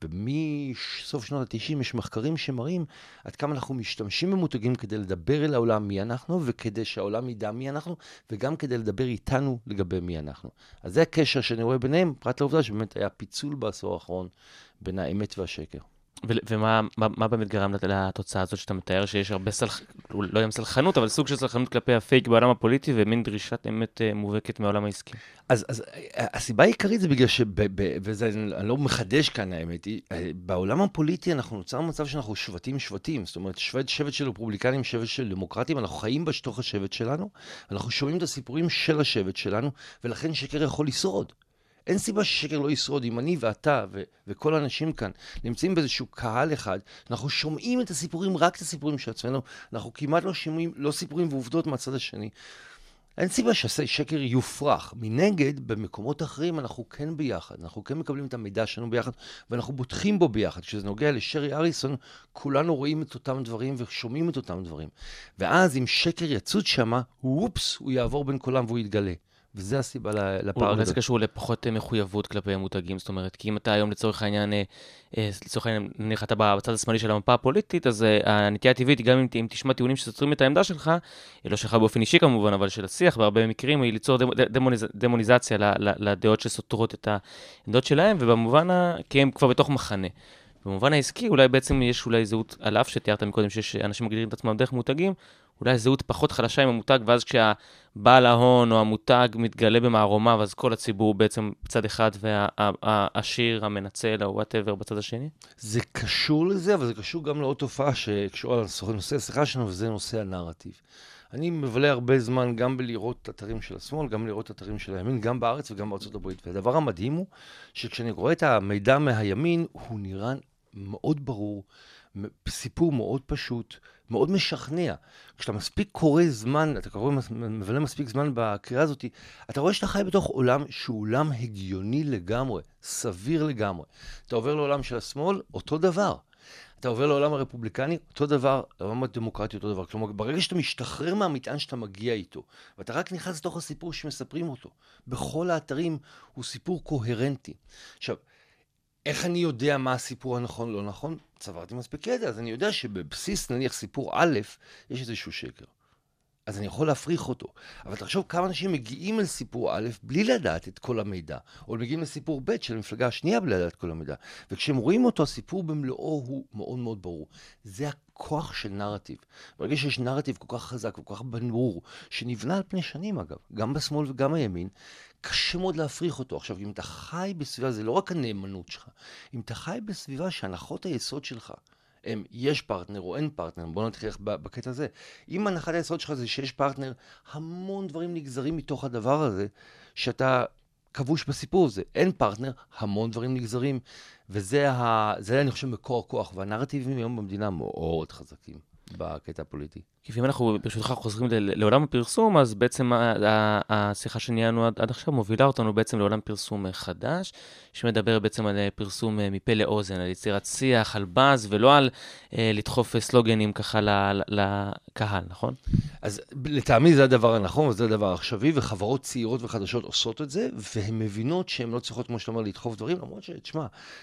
ומסוף שנות ה-תשעים יש מחקרים שמראים עד כמה אנחנו משתמשים במותגים כדי לדבר אל העולם מי אנחנו, וכדי שהעולם ידע מי אנחנו, וגם כדי לדבר איתנו לגבי מי אנחנו. אז זה הקשר שאני רואה ביניהם, פרט לעובדה שבאמת היה פיצול בעשור האחרון בין האמת והשקר. ומה מה, מה באמת גרם לתוצאה הזאת שאתה מתאר שיש הרבה סלח... לא יהיה סלחנות, אבל סוג של סלחנות כלפי הפייק בעולם הפוליטי ומין דרישת אמת מובהקת מהעולם העסקי? אז, אז הסיבה העיקרית זה בגלל וזה אני לא מחדש כאן האמת, בעולם הפוליטי אנחנו נוצר מצב שאנחנו שבטים שבטים, זאת אומרת שבט, שבט של רפובליקנים, שבט של דמוקרטים, אנחנו חיים בתוך השבט שלנו, אנחנו שומעים את הסיפורים של השבט שלנו, ולכן שקר יכול לשרוד. אין סיבה ששקר לא ישרוד. אם אני ואתה ו- וכל האנשים כאן נמצאים באיזשהו קהל אחד, אנחנו שומעים את הסיפורים, רק את הסיפורים של עצמנו, אנחנו כמעט לא שומעים, לא סיפורים ועובדות מהצד השני. אין סיבה שהשקר יופרח. מנגד, במקומות אחרים אנחנו כן ביחד, אנחנו כן מקבלים את המידע שלנו ביחד, ואנחנו בוטחים בו ביחד. כשזה נוגע לשרי אריסון, כולנו רואים את אותם דברים ושומעים את אותם דברים. ואז אם שקר יצוד שמה, וופס, הוא יעבור בין כולם והוא יתגלה. וזה הסיבה לפער. אולי זה קשור לפחות מחויבות כלפי המותגים, זאת אומרת, כי אם אתה היום לצורך העניין, לצורך העניין, נניח אתה בצד השמאלי של המפה הפוליטית, אז הנטייה הטבעית, גם אם תשמע טיעונים שסותרים את העמדה שלך, היא לא שלך באופן אישי כמובן, אבל של השיח, בהרבה מקרים, היא ליצור דמוניזציה לדעות שסותרות את העמדות שלהם, ובמובן, כי הם כבר בתוך מחנה. במובן העסקי, אולי בעצם יש אולי זהות על אף שתיארת מקודם, שיש אנשים מגדירים את עצמם דרך מותגים, אולי זהות פחות חלשה עם המותג, ואז כשהבעל ההון או המותג מתגלה במערומיו, אז כל הציבור בעצם בצד אחד, והעשיר, המנצל, או whatever בצד השני? זה קשור לזה, אבל זה קשור גם לעוד תופעה שקשורה לנושא השיחה שלנו, וזה נושא הנרטיב. אני מבלה הרבה זמן גם בלראות אתרים של השמאל, גם לראות אתרים של הימין, גם בארץ וגם בארצות הברית. והדבר המדהים הוא שכשאני רואה את המידע מהימין, הוא נראה מאוד ברור, סיפור מאוד פשוט, מאוד משכנע. כשאתה מספיק קורא זמן, אתה קורא, מבלה מספיק זמן בקריאה הזאת, אתה רואה שאתה חי בתוך עולם שהוא עולם הגיוני לגמרי, סביר לגמרי. אתה עובר לעולם של השמאל, אותו דבר. אתה עובר לעולם הרפובליקני, אותו דבר, לעולם הדמוקרטי, אותו דבר. כלומר, ברגע שאתה משתחרר מהמטען שאתה מגיע איתו, ואתה רק נכנס לתוך הסיפור שמספרים אותו, בכל האתרים הוא סיפור קוהרנטי. עכשיו, איך אני יודע מה הסיפור הנכון, לא נכון? צברתי מספיק ידע, אז אני יודע שבבסיס, נניח סיפור א', יש איזשהו שקר. אז אני יכול להפריך אותו. אבל תחשוב כמה אנשים מגיעים אל סיפור א' בלי לדעת את כל המידע, או מגיעים לסיפור ב' של המפלגה השנייה בלי לדעת את כל המידע. וכשהם רואים אותו, הסיפור במלואו הוא מאוד מאוד ברור. זה הכוח של נרטיב. ברגע שיש נרטיב כל כך חזק, כל כך ברור, שנבנה על פני שנים אגב, גם בשמאל וגם הימין, קשה מאוד להפריך אותו. עכשיו, אם אתה חי בסביבה, זה לא רק הנאמנות שלך, אם אתה חי בסביבה שהנחות היסוד שלך, הם, יש פרטנר או אין פרטנר, בוא נתחיל בקטע הזה. אם הנחת היסוד שלך זה שיש פרטנר, המון דברים נגזרים מתוך הדבר הזה, שאתה כבוש בסיפור הזה. אין פרטנר, המון דברים נגזרים, וזה, ה... זה אני חושב, מקור הכוח, והנרטיבים היום במדינה מאוד חזקים. בקטע הפוליטי. כי אם אנחנו ברשותך חוזרים לעולם הפרסום, אז בעצם השיחה שניינו עד עכשיו מובילה אותנו בעצם לעולם פרסום חדש, שמדבר בעצם על פרסום מפה לאוזן, על יצירת שיח, על באז, ולא על לדחוף סלוגנים ככה לקהל, נכון? אז לטעמי זה הדבר הנכון, וזה הדבר העכשווי, וחברות צעירות וחדשות עושות את זה, והן מבינות שהן לא צריכות, כמו שאתה אומר, לדחוף דברים, למרות שתשמע,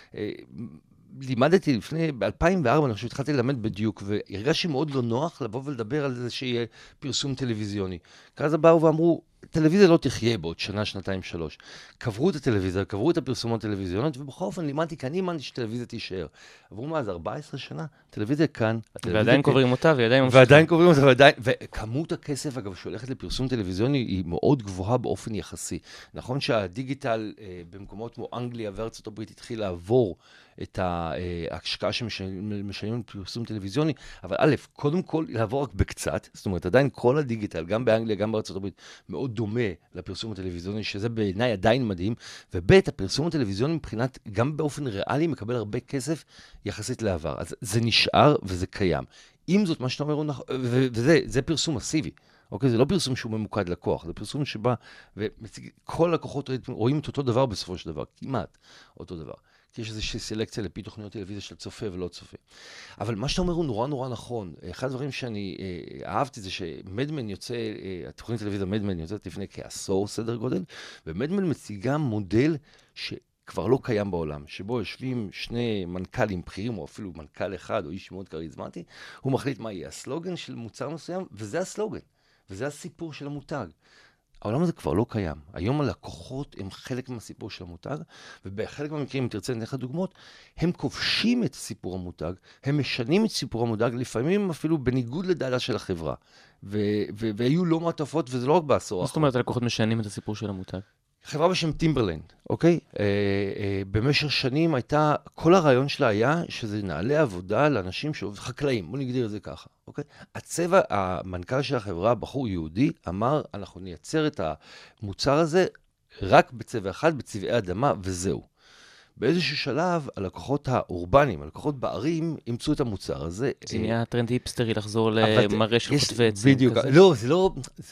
לימדתי לפני, ב-אלפיים וארבע, אני חושב שהתחלתי ללמד בדיוק, והרגשתי מאוד לא נוח לבוא ולדבר על זה שיהיה פרסום טלוויזיוני. כאז באו ואמרו, טלוויזיה לא תחיה בעוד שנה, שנתיים, שלוש. קברו את הטלוויזיה, קברו את הפרסומות הטלוויזיוניות, ובכל אופן לימדתי, כי אני האמנתי שטלוויזיה תישאר. עברו מה, אז ארבע עשרה שנה, טלוויזיה כאן. ועדיין קוברים אותה, ועדיין קוברים אותה, ועדיין, וכמות הכסף, אגב, שהולכת לפרסום טלוויזיוני, היא מאוד גבוהה באופן יחסי. נכון שהדיגיטל במקומות כמו אנגליה וארצות הברית התחיל לעבור את ההשקעה שמשלמים לפרסום טלוויזיוני, אבל א', קודם כל לעבור רק בקצת, זאת אומרת, עדיין כל הדיגיטל, גם באנגליה, גם בארצות הברית, מאוד דומה לפרסום הטלוויזיוני, שזה בעיניי עדיין מדהים, וב', הפרסום הטלוויזיוני מבחינת, גם באופן ריאלי, מקבל הרבה כסף יחסית לעבר. אז זה נשאר וזה קיים. עם זאת, מה שאתה אומר, וזה זה פרסום מסיבי. אוקיי, זה לא פרסום שהוא ממוקד לקוח, זה פרסום שבא ומציג, כל לקוחות רואים את אותו דבר בסופו של דבר, כמעט אותו דבר. כי יש איזושהי סלקציה לפי תוכניות טלוויזיה של צופה ולא צופה. אבל מה שאתה אומר הוא נורא נורא נכון. אחד הדברים שאני אה, אהבתי זה שמדמן יוצא, אה, התוכנית טלוויזיה מדמן יוצאת לפני כעשור סדר גודל, ומדמן מציגה מודל שכבר לא קיים בעולם, שבו יושבים שני מנכ"לים בכירים, או אפילו מנכ"ל אחד, או איש מאוד קריזמטי, הוא מחליט מה יהיה הסלוגן של מוצר מסוים, וזה הסלוגן, וזה הסיפור של המותג. העולם הזה כבר לא קיים. היום הלקוחות הם חלק מהסיפור של המותג, ובחלק מהמקרים, אם תרצה נלך לדוגמאות, הם כובשים את סיפור המותג, הם משנים את סיפור המותג, לפעמים אפילו בניגוד לדעתה של החברה. ו- ו- והיו לא מעטפות, וזה לא רק בעשור. מה זאת אומרת, הלקוחות משנים את הסיפור של המותג? חברה בשם טימברלנד, אוקיי? אה, אה, במשך שנים הייתה, כל הרעיון שלה היה שזה נעלי עבודה לאנשים שעובדים, חקלאים, בוא נגדיר את זה ככה, אוקיי? הצבע, המנכ"ל של החברה, בחור יהודי, אמר, אנחנו נייצר את המוצר הזה רק בצבע אחד, בצבעי אדמה, וזהו. באיזשהו שלב, הלקוחות האורבניים, הלקוחות בערים, אימצו את המוצר הזה. זה נהיה טרנד היפסטרי לחזור למראה של חוטבי עצים. בדיוק, לא, זה לא,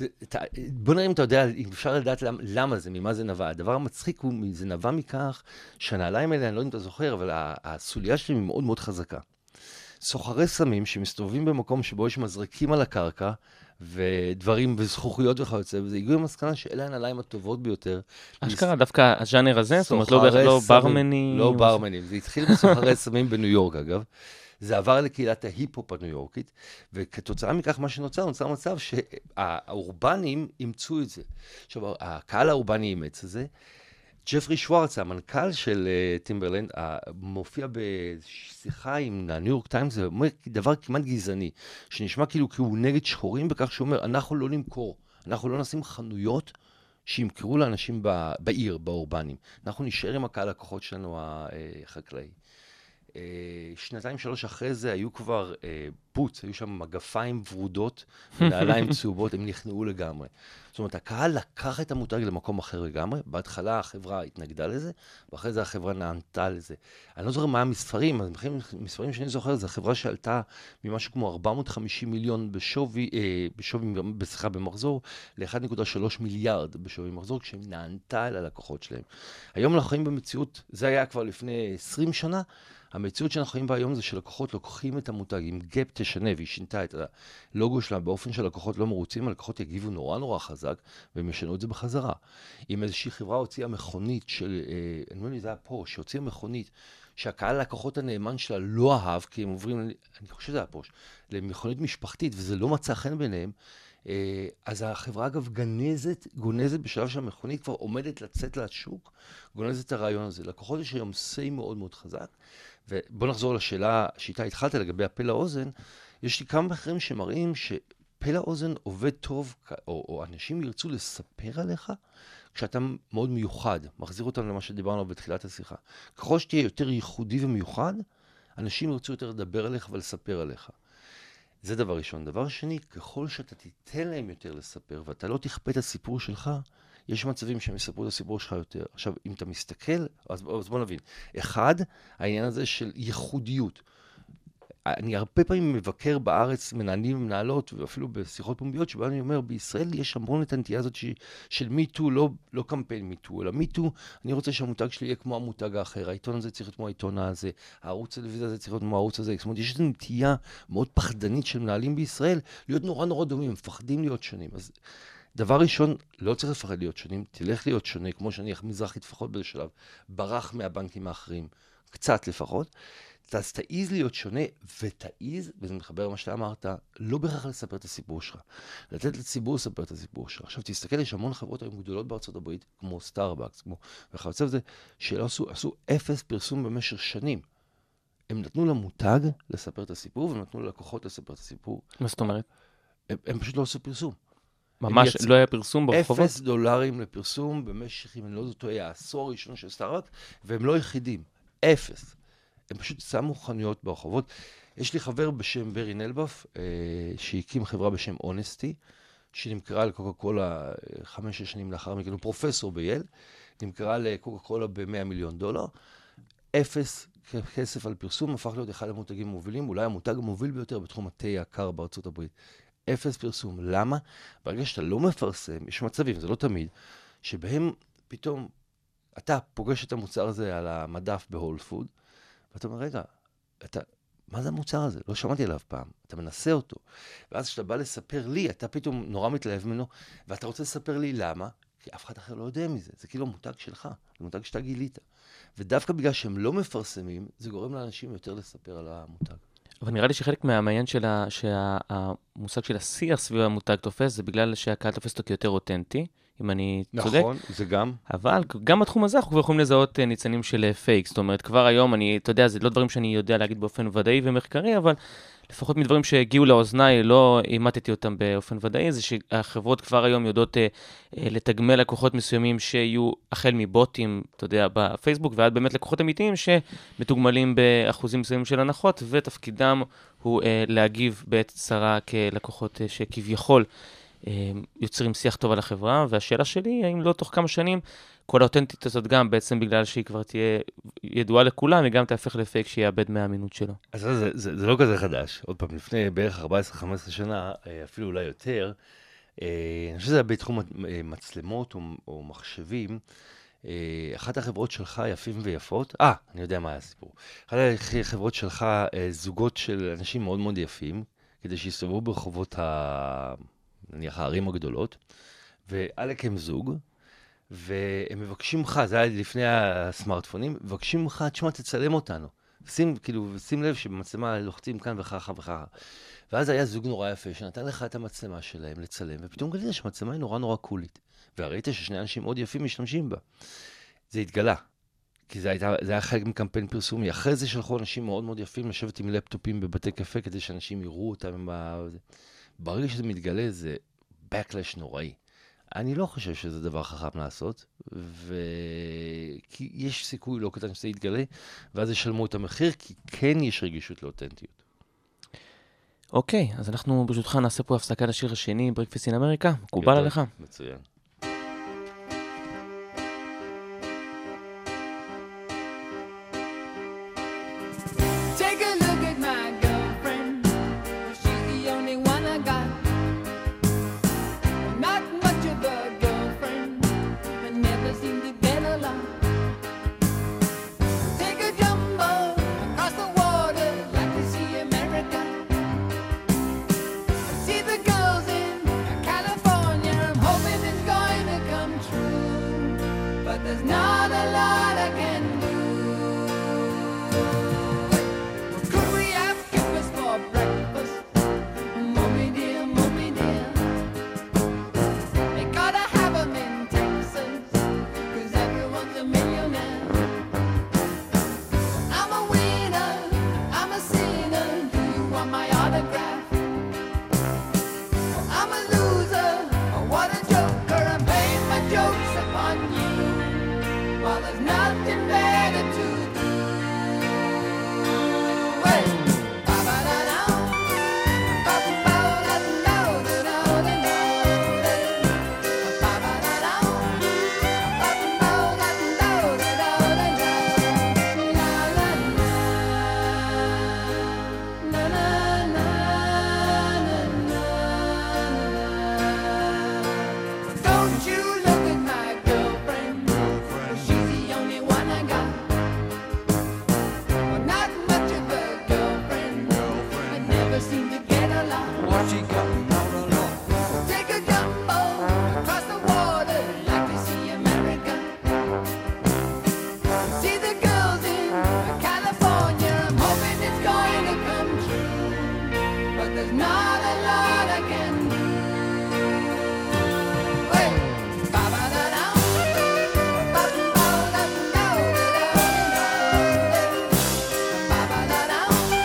בוא נראה אם אתה יודע, אם אפשר לדעת למה זה, ממה זה נבע. הדבר המצחיק הוא, זה נבע מכך, שהנעליים האלה, אני לא יודע אם אתה זוכר, אבל הסוליה שלהם היא מאוד מאוד חזקה. סוחרי סמים שמסתובבים במקום שבו יש מזרקים על הקרקע, ודברים וזכוכיות וכיוצא, וזה הגיעו למסקנה שאלה הנעליים הטובות ביותר. אשכרה, דווקא הז'אנר הזה, זאת אומרת, לא ברמנים. לא ברמנים, זה התחיל בסוחרי סמים בניו יורק, אגב. זה עבר לקהילת ההיפ-הופ הניו יורקית, וכתוצאה מכך מה שנוצר, נוצר מצב שהאורבנים אימצו את זה. עכשיו, הקהל האורבני אימץ את זה, ג'פרי שוורץ, המנכ"ל של טימברלנד, מופיע בשיחה עם הניו יורק טיימס, זה אומר דבר כמעט גזעני, שנשמע כאילו כי הוא נגד שחורים, בכך שהוא אומר, אנחנו לא נמכור, אנחנו לא נשים חנויות שימכרו לאנשים בעיר, באורבנים. אנחנו נשאר עם הקהל הכוחות שלנו החקלאי. שנתיים שלוש אחרי זה היו כבר פוץ, היו שם מגפיים ורודות, נעליים צהובות, הם נכנעו לגמרי. זאת אומרת, הקהל לקח את המותג למקום אחר לגמרי, בהתחלה החברה התנגדה לזה, ואחרי זה החברה נענתה לזה. אני לא זוכר מה המספרים, המספרים שאני זוכר, זה החברה שעלתה ממשהו כמו ארבע מאות וחמישים מיליון בשווי, אה, בשווי, בשיחה במחזור, ל-אחד נקודה שלוש מיליארד בשווי במחזור, כשהם נענתה אל הלקוחות שלהם. היום אנחנו חיים במציאות, זה היה כבר לפני עשרים שנה, המציאות שאנחנו חיים בה היום זה שלקוחות לוקחים את המותג, אם גאפ תשנה והיא שינתה את הלוגו שלה באופן שלקוחות לא מרוצים, הלקוחות יגיבו נורא נורא חזק והם ישנו את זה בחזרה. אם איזושהי חברה הוציאה מכונית של, אה, אני לא יודע, זה היה פורש, שהוציאה מכונית שהקהל הלקוחות הנאמן שלה לא אהב, כי הם עוברים, אני חושב שזה היה פורש, למכונית משפחתית וזה לא מצא חן ביניהם, אה, אז החברה אגב גנזת, גונזת בשלב שהמכונית כבר עומדת לצאת לשוק, גונזת את הרעיון הזה. לקוחות יש היום סי מאוד מאוד חזק, ובוא נחזור לשאלה שאיתה התחלת לגבי הפה לאוזן, יש לי כמה מחקרים שמראים שפה לאוזן עובד טוב, או, או אנשים ירצו לספר עליך, כשאתה מאוד מיוחד, מחזיר אותנו למה שדיברנו בתחילת השיחה. ככל שתהיה יותר ייחודי ומיוחד, אנשים ירצו יותר לדבר עליך ולספר עליך. זה דבר ראשון. דבר שני, ככל שאתה תיתן להם יותר לספר, ואתה לא תכפה את הסיפור שלך, יש מצבים שהם יספרו את הסיפור שלך יותר. עכשיו, אם אתה מסתכל, אז, אז בוא נבין. אחד, העניין הזה של ייחודיות. אני הרבה פעמים מבקר בארץ מנהלים ומנהלות, ואפילו בשיחות פומביות, שבה אני אומר, בישראל יש המון את הנטייה הזאת ש, של מיטו, לא, לא קמפיין מיטו, אלא מיטו, אני רוצה שהמותג שלי יהיה כמו המותג האחר, העיתון הזה צריך להיות כמו העיתון הזה, הערוץ טלוויזיה הזה צריך להיות כמו הערוץ הזה, זאת אומרת, יש איזו נטייה מאוד פחדנית של מנהלים בישראל, להיות נורא נורא דומים, מפחדים להיות שונים. אז דבר ראשון, לא צריך לפחד להיות שונים, תלך להיות שונה, כמו שאני מזרחית לפחות באיזה שלב, ברח מהבנקים האחרים, קצת לפחות, אז תעיז להיות שונה, ותעיז, וזה מתחבר למה שאתה אמרת, לא בהכרח לספר את הסיפור שלך. לתת לציבור לספר את הסיפור שלך. עכשיו תסתכל, יש המון חברות היום גדולות בארצות הברית, כמו סטארבקס, כמו, וכיוצא בזה, שלא עשו, עשו אפס פרסום במשך שנים. הם נתנו למותג לספר את הסיפור, והם נתנו ללקוחות לספר את הסיפור. מה זאת אומרת? הם, הם פשוט לא עשו פרסום. ממש לא היה פרסום ברחובות? אפס דולרים לפרסום במשך, אם אני לא זוכר, העשור הראשון של סטארבקס, והם לא יחידים. אפס. הם פשוט שמו חנויות ברחובות. יש לי חבר בשם ברי נלבף, אה, שהקים חברה בשם אונסטי, שנמכרה לקוקה קולה חמש שש שנים לאחר מכן, הוא פרופסור בייל, נמכרה לקוקה קולה ב-מאה מיליון דולר, אפס כסף על פרסום, הפך להיות אחד המותגים המובילים, אולי המותג המוביל ביותר בתחום התה יקר בארצות הברית. אפס פרסום. למה? ברגע שאתה לא מפרסם, יש מצבים, זה לא תמיד, שבהם פתאום אתה פוגש את המוצר הזה על המדף בהול פוד, ואתה אומר, רגע, אתה, מה זה המוצר הזה? לא שמעתי עליו פעם. אתה מנסה אותו. ואז כשאתה בא לספר לי, אתה פתאום נורא מתלהב ממנו, ואתה רוצה לספר לי למה, כי אף אחד אחר לא יודע מזה. זה כאילו מותג שלך, זה מותג שאתה גילית. ודווקא בגלל שהם לא מפרסמים, זה גורם לאנשים יותר לספר על המותג. אבל נראה לי שחלק מהמעניין של ה, שהמושג של השיח סביב המותג תופס, זה בגלל שהקהל תופס אותו כיותר אותנטי, אם אני צודק. נכון, זה גם. אבל גם בתחום הזה אנחנו כבר יכולים לזהות ניצנים של פייק. זאת אומרת, כבר היום, אני, אתה יודע, זה לא דברים שאני יודע להגיד באופן ודאי ומחקרי, אבל לפחות מדברים שהגיעו לאוזניי, לא אימתתי אותם באופן ודאי, זה שהחברות כבר היום יודעות אה, אה, לתגמל לקוחות מסוימים שיהיו החל מבוטים, אתה יודע, בפייסבוק, ועד באמת לקוחות אמיתיים שמתוגמלים באחוזים מסוימים של הנחות, ותפקידם הוא אה, להגיב בעת צרה כלקוחות אה, שכביכול אה, יוצרים שיח טוב על החברה, והשאלה שלי, האם לא תוך כמה שנים, כל האותנטית הזאת גם, בעצם בגלל שהיא כבר תהיה ידועה לכולם, היא גם תהפך לפייק שיאבד מהאמינות שלו. אז זה, זה, זה לא כזה חדש. עוד פעם, לפני בערך ארבע עשרה חמש עשרה שנה, אפילו אולי יותר, אני חושב שזה היה בתחום מצלמות או, או מחשבים, אחת החברות שלך יפים ויפות, אה, אני יודע מה היה הסיפור. אחת החברות שלך זוגות של אנשים מאוד מאוד יפים, כדי שיסתובבו ברחובות ה... נניח הערים הגדולות, ואלק הם זוג, והם מבקשים לך, זה היה לפני הסמארטפונים, מבקשים לך, תשמע, תצלם אותנו. שים, כאילו, שים לב שבמצלמה לוחצים כאן וככה וככה. ואז היה זוג נורא יפה, שנתן לך את המצלמה שלהם לצלם, ופתאום גלית שהמצלמה היא נורא נורא קולית. וראית ששני אנשים מאוד יפים משתמשים בה. זה התגלה. כי זה, הייתה, זה היה חלק מקמפיין פרסומי. אחרי זה שלחו אנשים מאוד מאוד יפים לשבת עם לפטופים בבתי קפה, כדי שאנשים יראו אותם. ברגע שזה מתגלה, זה backlash נוראי. אני לא חושב שזה דבר חכם לעשות, ו... כי יש סיכוי לא קטן שזה יתגלה, ואז ישלמו את המחיר, כי כן יש רגישות לאותנטיות. אוקיי, אז אנחנו ברשותך נעשה פה הפסקה לשיר השני, ברקפסט אין אמריקה. מקובל עליך? מצוין. California, I'm hoping it's gonna where she come all along. Take a jumbo across the water, like to see America. See the girls in California, I'm hoping it's going to come true, but there's not a lot I can do. Hey, ba-ba-da-da, ba-ba-da-da-da-da-da, ba-ba-da-da,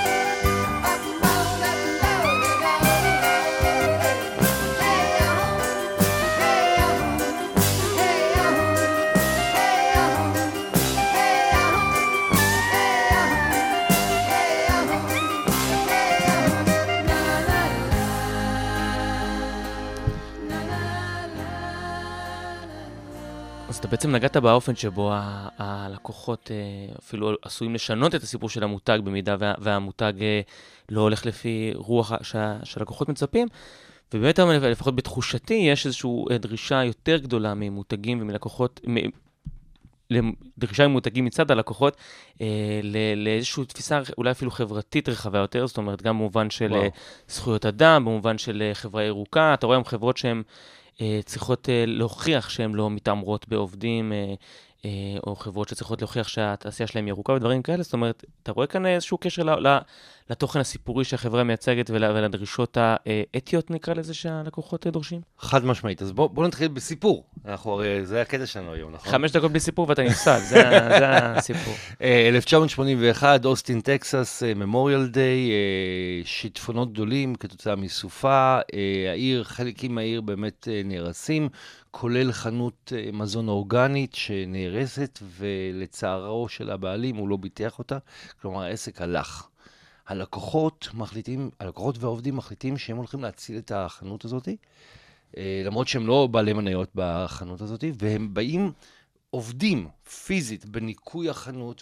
אז אתה בעצם נגעת באופן שבו ה- הלקוחות אה, אפילו עשויים לשנות את הסיפור של המותג במידה וה- והמותג אה, לא הולך לפי רוח ה- שה- שהלקוחות מצפים. ובאמת, לפחות בתחושתי, יש איזושהי אה, דרישה יותר גדולה ממותגים ומלקוחות, מ- למ- דרישה ממותגים מצד הלקוחות, אה, ל- לאיזושהי תפיסה אולי אפילו חברתית רחבה יותר, זאת אומרת, גם במובן של וואו. אה, זכויות אדם, במובן של אה, חברה ירוקה. אתה רואה היום חברות שהן אה, צריכות אה, להוכיח שהן לא מתעמרות בעובדים, אה, אה, או חברות שצריכות להוכיח שהתעשייה שלהם ירוקה ודברים כאלה. זאת אומרת, אתה רואה כאן איזשהו קשר ל- ל- לתוכן הסיפורי שהחברה מייצגת ול- ולדרישות האתיות, נקרא לזה, שהלקוחות אה, דורשים? חד משמעית. אז בואו בוא נתחיל בסיפור. אנחנו הרי, זה הקטע שלנו היום, נכון? חמש דקות בלי סיפור ואתה נפסד, זה ה- זה הסיפור. אה, אלף תשע מאות שמונים ואחת, אוסטין, טקסס, ממוריאל דיי, שיטפונות גדולים כתוצאה מסופה, אה, העיר, חלקים מהעיר באמת אה, נהרסים, כולל חנות אה, מזון אורגנית שנהרסת, ולצערו של הבעלים הוא לא ביטח אותה, כלומר העסק הלך. הלקוחות מחליטים, הלקוחות והעובדים מחליטים שהם הולכים להציל את החנות הזאת, אה, למרות שהם לא בעלי מניות בחנות הזאת, והם באים, עובדים פיזית בניקוי החנות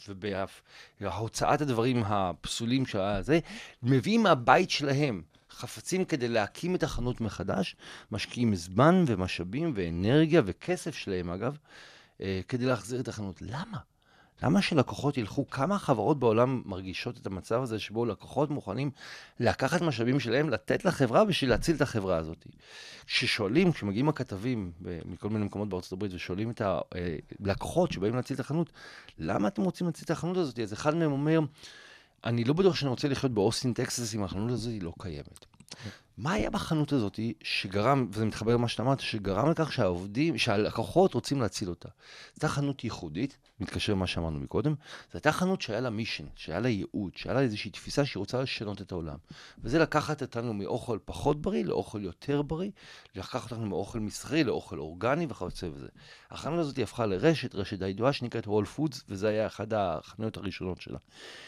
ובהוצאת הדברים הפסולים של הזה, מביאים מהבית שלהם חפצים כדי להקים את החנות מחדש, משקיעים זמן ומשאבים ואנרגיה וכסף שלהם אגב, אה, כדי להחזיר את החנות. למה? למה שלקוחות ילכו? כמה חברות בעולם מרגישות את המצב הזה שבו לקוחות מוכנים לקחת משאבים שלהם, לתת לחברה בשביל להציל את החברה הזאת? כששואלים, כשמגיעים הכתבים מכל מיני מקומות בארצות הברית ושואלים את הלקוחות שבאים להציל את החנות, למה אתם רוצים להציל את החנות הזאת? אז אחד מהם אומר, אני לא בטוח שאני רוצה לחיות באוסטין, טקסס, אם החנות הזאת לא קיימת. מה היה בחנות הזאת שגרם, וזה מתחבר למה שאתה אמרת, שגרם לכך שהעובדים, שהלקוחות רוצים להציל אותה? זו הייתה חנות ייחודית, מתקשר למה שאמרנו מקודם, זו הייתה חנות שהיה לה מישן, שהיה לה ייעוד, שהיה לה איזושהי תפיסה שהיא רוצה לשנות את העולם. וזה לקחת אותנו מאוכל פחות בריא לאוכל יותר בריא, לקחת אותנו מאוכל מסחרי לאוכל אורגני וכיוצא בזה. החנות הזאת הפכה לרשת, רשת די ידועה שנקראת וול פודס, וזה היה אחת החנויות הראשונות שלה.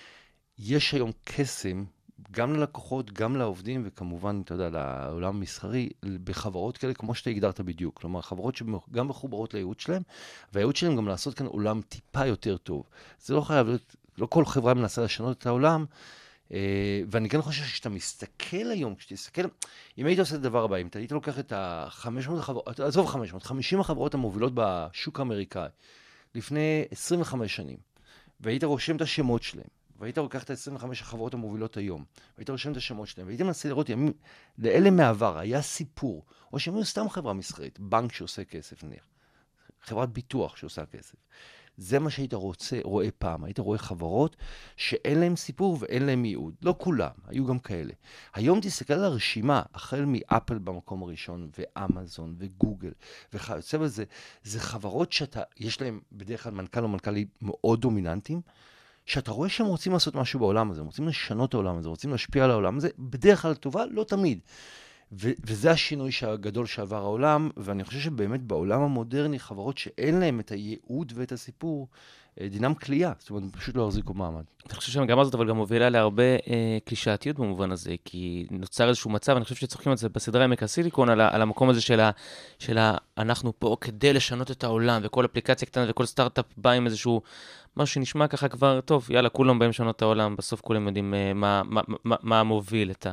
יש היום קסם, גם ללקוחות, גם לעובדים, וכמובן, אתה יודע, לעולם המסחרי, בחברות כאלה, כמו שאתה הגדרת בדיוק. כלומר, חברות שגם מחוברות לייעוד שלהם, והייעוד שלהם גם לעשות כאן עולם טיפה יותר טוב. זה לא חייב להיות, לא כל חברה מנסה לשנות את העולם, ואני כן חושב שאתה מסתכל היום, כשתסתכל, אם היית עושה את הדבר הבא, אם אתה היית לוקח את ה-חמש מאות החברות, עזוב חמש מאות, חמישים החברות המובילות בשוק האמריקאי, לפני עשרים וחמש שנים, והיית רושם את השמות שלהם, והיית לוקח את ה-עשרים וחמש החברות המובילות היום, והיית רושם את השמות שלהם, והיית מנסה לראות ימים, לאלה מעבר, היה סיפור, או שהם היו סתם חברה מסחרית, בנק שעושה כסף נניח, חברת ביטוח שעושה כסף. זה מה שהיית רוצה, רואה פעם, היית רואה חברות שאין להם סיפור ואין להם ייעוד. לא כולם, היו גם כאלה. היום תסתכל על הרשימה, החל מאפל במקום הראשון, ואמזון, וגוגל, וכיוצא בזה, זה חברות שאתה, יש להם בדרך כלל מנכ"ל או מנכ"לי מאוד דומיננטיים, שאתה רואה שהם רוצים לעשות משהו בעולם הזה, רוצים לשנות את העולם הזה, רוצים להשפיע על העולם הזה, בדרך כלל טובה, לא תמיד. ו- וזה השינוי הגדול שעבר העולם, ואני חושב שבאמת בעולם המודרני, חברות שאין להם את הייעוד ואת הסיפור, דינם כלייה, זאת אומרת, פשוט לא החזיקו מעמד. אני חושב שהמגמה הזאת אבל גם מובילה להרבה אה, קלישאתיות במובן הזה, כי נוצר איזשהו מצב, אני חושב שצוחקים על זה בסדרה עמק הסיליקון, על, על המקום הזה של, ה, של ה, אנחנו פה כדי לשנות את העולם, וכל אפליקציה קטנה וכל סטארט-אפ בא עם איזשהו משהו שנשמע ככה כבר, טוב, יאללה, כולם באים לשנות את העולם, בסוף כולם יודעים אה, מה, מה, מה, מה מוביל את, ה, את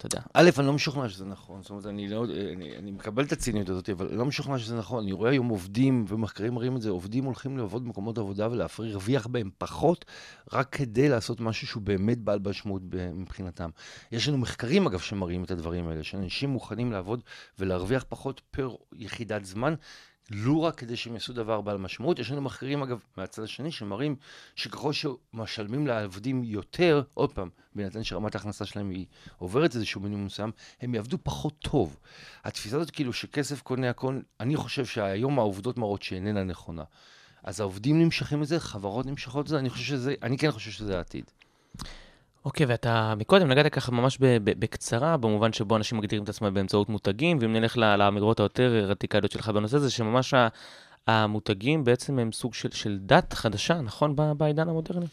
אתה יודע. א', אני לא משוכנע שזה נכון, זאת אומרת, אני, לא, אני, אני מקבל את הציניות הזאת, אבל אני לא משוכנע שזה נכון. אני רואה היום עובדים, ומחקרים מראים את זה, עובדים הולכים לעבוד במקומות עבודה ולהרוויח בהם פחות, רק כדי לעשות משהו שהוא באמת בעל משמעות מבחינתם. יש לנו מחקרים, אגב, שמראים את הדברים האלה, שאנשים מוכנים לעבוד ולהרוויח פחות פר יחידת זמן, לא רק כדי שהם יעשו דבר בעל משמעות. יש לנו מחקרים, אגב, מהצד השני, שמראים שככל שמשלמים לעבדים יותר, עוד פעם, בהינתן שרמת ההכנסה שלהם היא עוברת איזשהו מינימום מסוים, הם יעבדו פחות טוב. התפיסה הזאת כאילו שכסף קונה הכל, אני חושב שהיום העובדות מראות שאיננה נכונה. אז העובדים נמשכים את זה, חברות נמשכות את זה, אני חושב שזה, אני כן חושב שזה העתיד. אוקיי, ואתה מקודם נגעת ככה ממש בקצרה, במובן שבו אנשים מגדירים את עצמם באמצעות מותגים, ואם נלך לאמירות היותר רדיקליות שלך בנושא הזה, שממש המותגים בעצם הם סוג של, של דת חדשה, נכון, בעידן המודרני?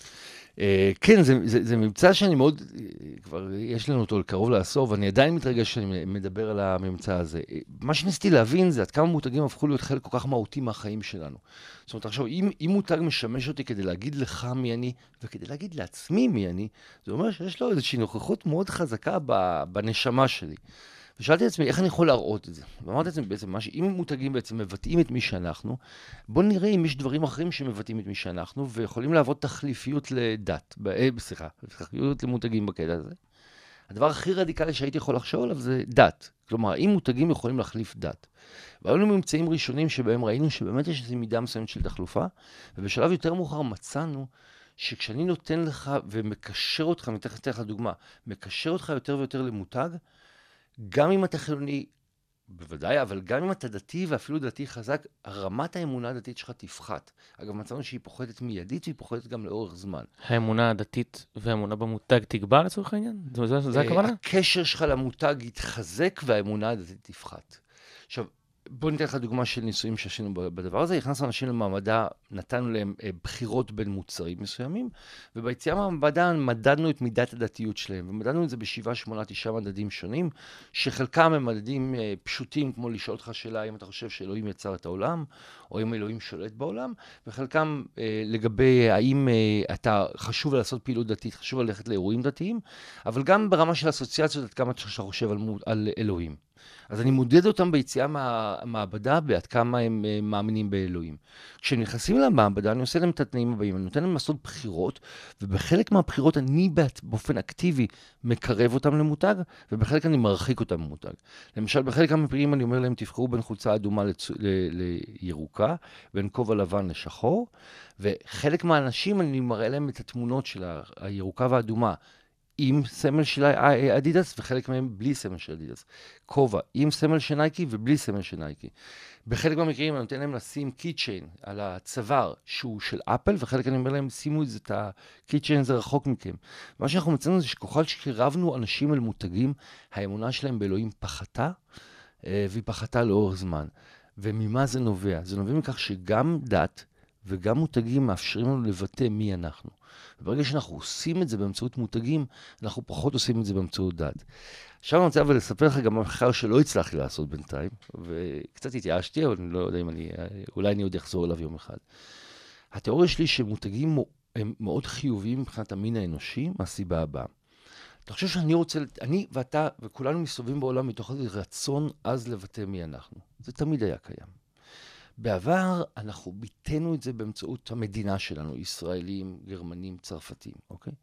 כן, זה, זה, זה מבצע שאני מאוד, כבר יש לנו אותו קרוב לעשור, ואני עדיין מתרגש שאני מדבר על הממצא הזה. מה שניסיתי להבין זה עד כמה מותגים הפכו להיות חלק כל כך מהותי מהחיים שלנו. זאת אומרת, עכשיו, אם, אם מותג משמש אותי כדי להגיד לך מי אני, וכדי להגיד לעצמי מי אני, זה אומר שיש לו איזושהי נוכחות מאוד חזקה בנשמה שלי. ושאלתי לעצמי, איך אני יכול להראות את זה? ואמרתי לעצמי בעצם, אם מותגים בעצם מבטאים את מי שאנחנו, בוא נראה אם יש דברים אחרים שמבטאים את מי שאנחנו, ויכולים לעבוד תחליפיות לדת, סליחה, תחליפיות למותגים בקטע הזה. הדבר הכי רדיקלי שהייתי יכול לחשוב עליו זה דת. כלומר, אם מותגים יכולים להחליף דת. והיו לנו ממצאים ראשונים שבהם ראינו שבאמת יש איזו מידה מסוימת של תחלופה, ובשלב יותר מאוחר מצאנו שכשאני נותן לך ומקשר אותך, מתחת לתת לך דוגמה, מקשר אותך יותר ויותר למותג, גם אם אתה חילוני, בוודאי, אבל גם אם אתה דתי ואפילו דתי חזק, רמת האמונה הדתית שלך תפחת. אגב, מצאנו שהיא פוחתת מיידית והיא פוחתת גם לאורך זמן. האמונה הדתית והאמונה במותג תגבר לצורך העניין? זה, זה, זה הכוונה? הקשר שלך למותג יתחזק והאמונה הדתית תפחת. עכשיו, בוא ניתן לך דוגמה של ניסויים שעשינו בדבר הזה. הכנסנו אנשים למעמדה, נתנו להם בחירות בין מוצרים מסוימים, וביציאה מהמעבדה מדדנו את מידת הדתיות שלהם, ומדדנו את זה בשבעה, שמונה, תשעה מדדים שונים, שחלקם הם מדדים פשוטים, כמו לשאול אותך שאלה אם אתה חושב שאלוהים יצר את העולם, או אם אלוהים שולט בעולם, וחלקם לגבי האם אתה חשוב לעשות פעילות דתית, חשוב ללכת לאירועים דתיים, אבל גם ברמה של אסוציאציות, עד כמה אתה חושב על, על אלוהים. אז אני מודד אותם ביציאה מהמעבדה בעד כמה הם מאמינים באלוהים. כשהם נכנסים למעבדה, אני עושה להם את התנאים הבאים, אני נותן להם לעשות בחירות, ובחלק מהבחירות אני באופן אקטיבי מקרב אותם למותג, ובחלק אני מרחיק אותם למותג. למשל, בחלק מהמקרים אני אומר להם, תבחרו בין חולצה אדומה לצ... ל... לירוקה, בין כובע לבן לשחור, וחלק מהאנשים אני מראה להם את התמונות של הירוקה והאדומה, עם סמל של אדידס, וחלק מהם בלי סמל של אדידס. כובע עם סמל של נייקי ובלי סמל של נייקי. בחלק מהמקרים אני נותן להם לשים קיצ'יין על הצוואר שהוא של אפל, וחלק אני אומר להם, שימו את זה, את הקיצ'יין זה רחוק מכם. מה שאנחנו מצאנו זה שככל שקרבנו אנשים אל מותגים, האמונה שלהם באלוהים פחתה, והיא פחתה לאורך זמן. וממה זה נובע? זה נובע מכך שגם דת וגם מותגים מאפשרים לנו לבטא מי אנחנו. וברגע שאנחנו עושים את זה באמצעות מותגים, אנחנו פחות עושים את זה באמצעות דת. עכשיו אני רוצה אבל לספר לך גם מחקר שלא הצלחתי לעשות בינתיים, וקצת התייאשתי, אבל אני לא יודע אם אני, אולי אני עוד אחזור אליו יום אחד. התיאוריה שלי שמותגים הם מאוד חיוביים מבחינת המין האנושי, מהסיבה הבאה. אתה חושב שאני רוצה, אני ואתה וכולנו מסתובבים בעולם מתוך איזה רצון אז לבטא מי אנחנו. זה תמיד היה קיים. בעבר אנחנו ביטאנו את זה באמצעות המדינה שלנו, ישראלים, גרמנים, צרפתים, אוקיי?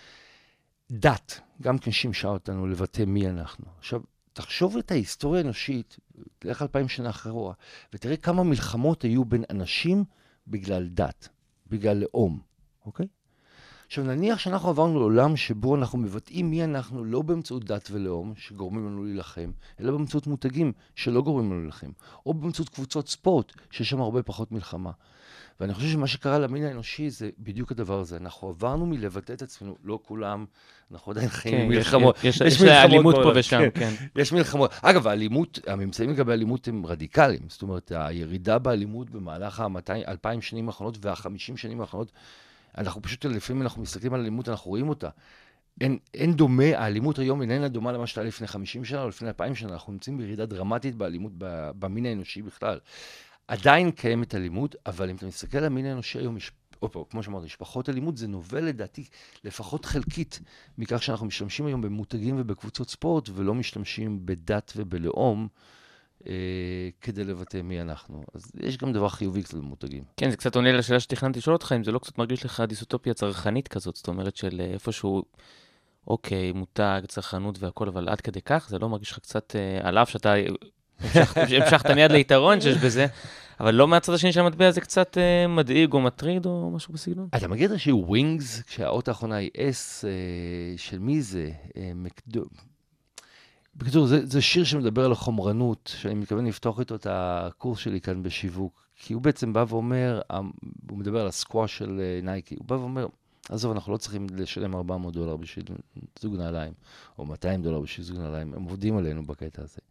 דת, גם כן שימשה אותנו לבטא מי אנחנו. עכשיו, תחשוב את ההיסטוריה האנושית, תלך אלפיים שנה אחריה, ותראה כמה מלחמות היו בין אנשים בגלל דת, בגלל לאום, אוקיי? עכשיו נניח שאנחנו עברנו לעולם שבו אנחנו מבטאים מי אנחנו לא באמצעות דת ולאום שגורמים לנו להילחם, אלא באמצעות מותגים שלא גורמים לנו להילחם, או באמצעות קבוצות ספורט שיש שם הרבה פחות מלחמה. ואני חושב שמה שקרה למין האנושי זה בדיוק הדבר הזה. אנחנו עברנו מלבטא את עצמנו, לא כולם, אנחנו עדיין חיים במלחמות. יש אלימות פה ושם, כן. יש מלחמות. אגב, האלימות, הממצאים לגבי האלימות הם רדיקליים. זאת אומרת, הירידה באלימות במהלך ה-אלפיים שנים האחרונות וה-חמישים שנים האחרונות, אנחנו פשוט, לפעמים אנחנו מסתכלים על אלימות, אנחנו רואים אותה. אין, אין דומה, האלימות היום איננה דומה למה שהיה לפני חמישים שנה או לפני אלפיים שנה. אנחנו נמצאים בירידה דרמטית באלימות במין האנושי בכלל. עדיין קיימת אלימות, אבל אם אתה מסתכל על המין האנושי היום, יש עוד פעם, כמו שאמרתי, שפחות אלימות זה נובע לדעתי לפחות חלקית מכך שאנחנו משתמשים היום במותגים ובקבוצות ספורט, ולא משתמשים בדת ובלאום, אה, כדי לבטא מי אנחנו. אז יש גם דבר חיובי קצת במותגים. כן, זה קצת עונה לשאלה שתכננתי לשאול אותך, אם זה לא קצת מרגיש לך דיסוטופיה צרכנית כזאת, זאת אומרת של איפשהו, אוקיי, מותג, צרכנות והכל, אבל עד כדי כך, זה לא מרגיש לך קצת, אה, על אף שאתה המשכת, המשכת מיד ליתרון שיש בזה, אבל לא מהצד השני של המטבע זה קצת אה, מדאיג או מטריד או משהו בסגנון. אתה מגיע את השיר ווינגס, כשהאות האחרונה היא אס, אה, של מי זה? אה, מקדו... בקיצור, זה, זה שיר שמדבר על החומרנות, שאני מתכוון לפתוח איתו את הקורס שלי כאן בשיווק, כי הוא בעצם בא ואומר, הוא מדבר על הסקואש של נייקי, הוא בא ואומר, עזוב, אנחנו לא צריכים לשלם ארבע מאות דולר בשביל זוג נעליים, או מאתיים דולר בשביל זוג נעליים, הם עובדים עלינו בקטע הזה.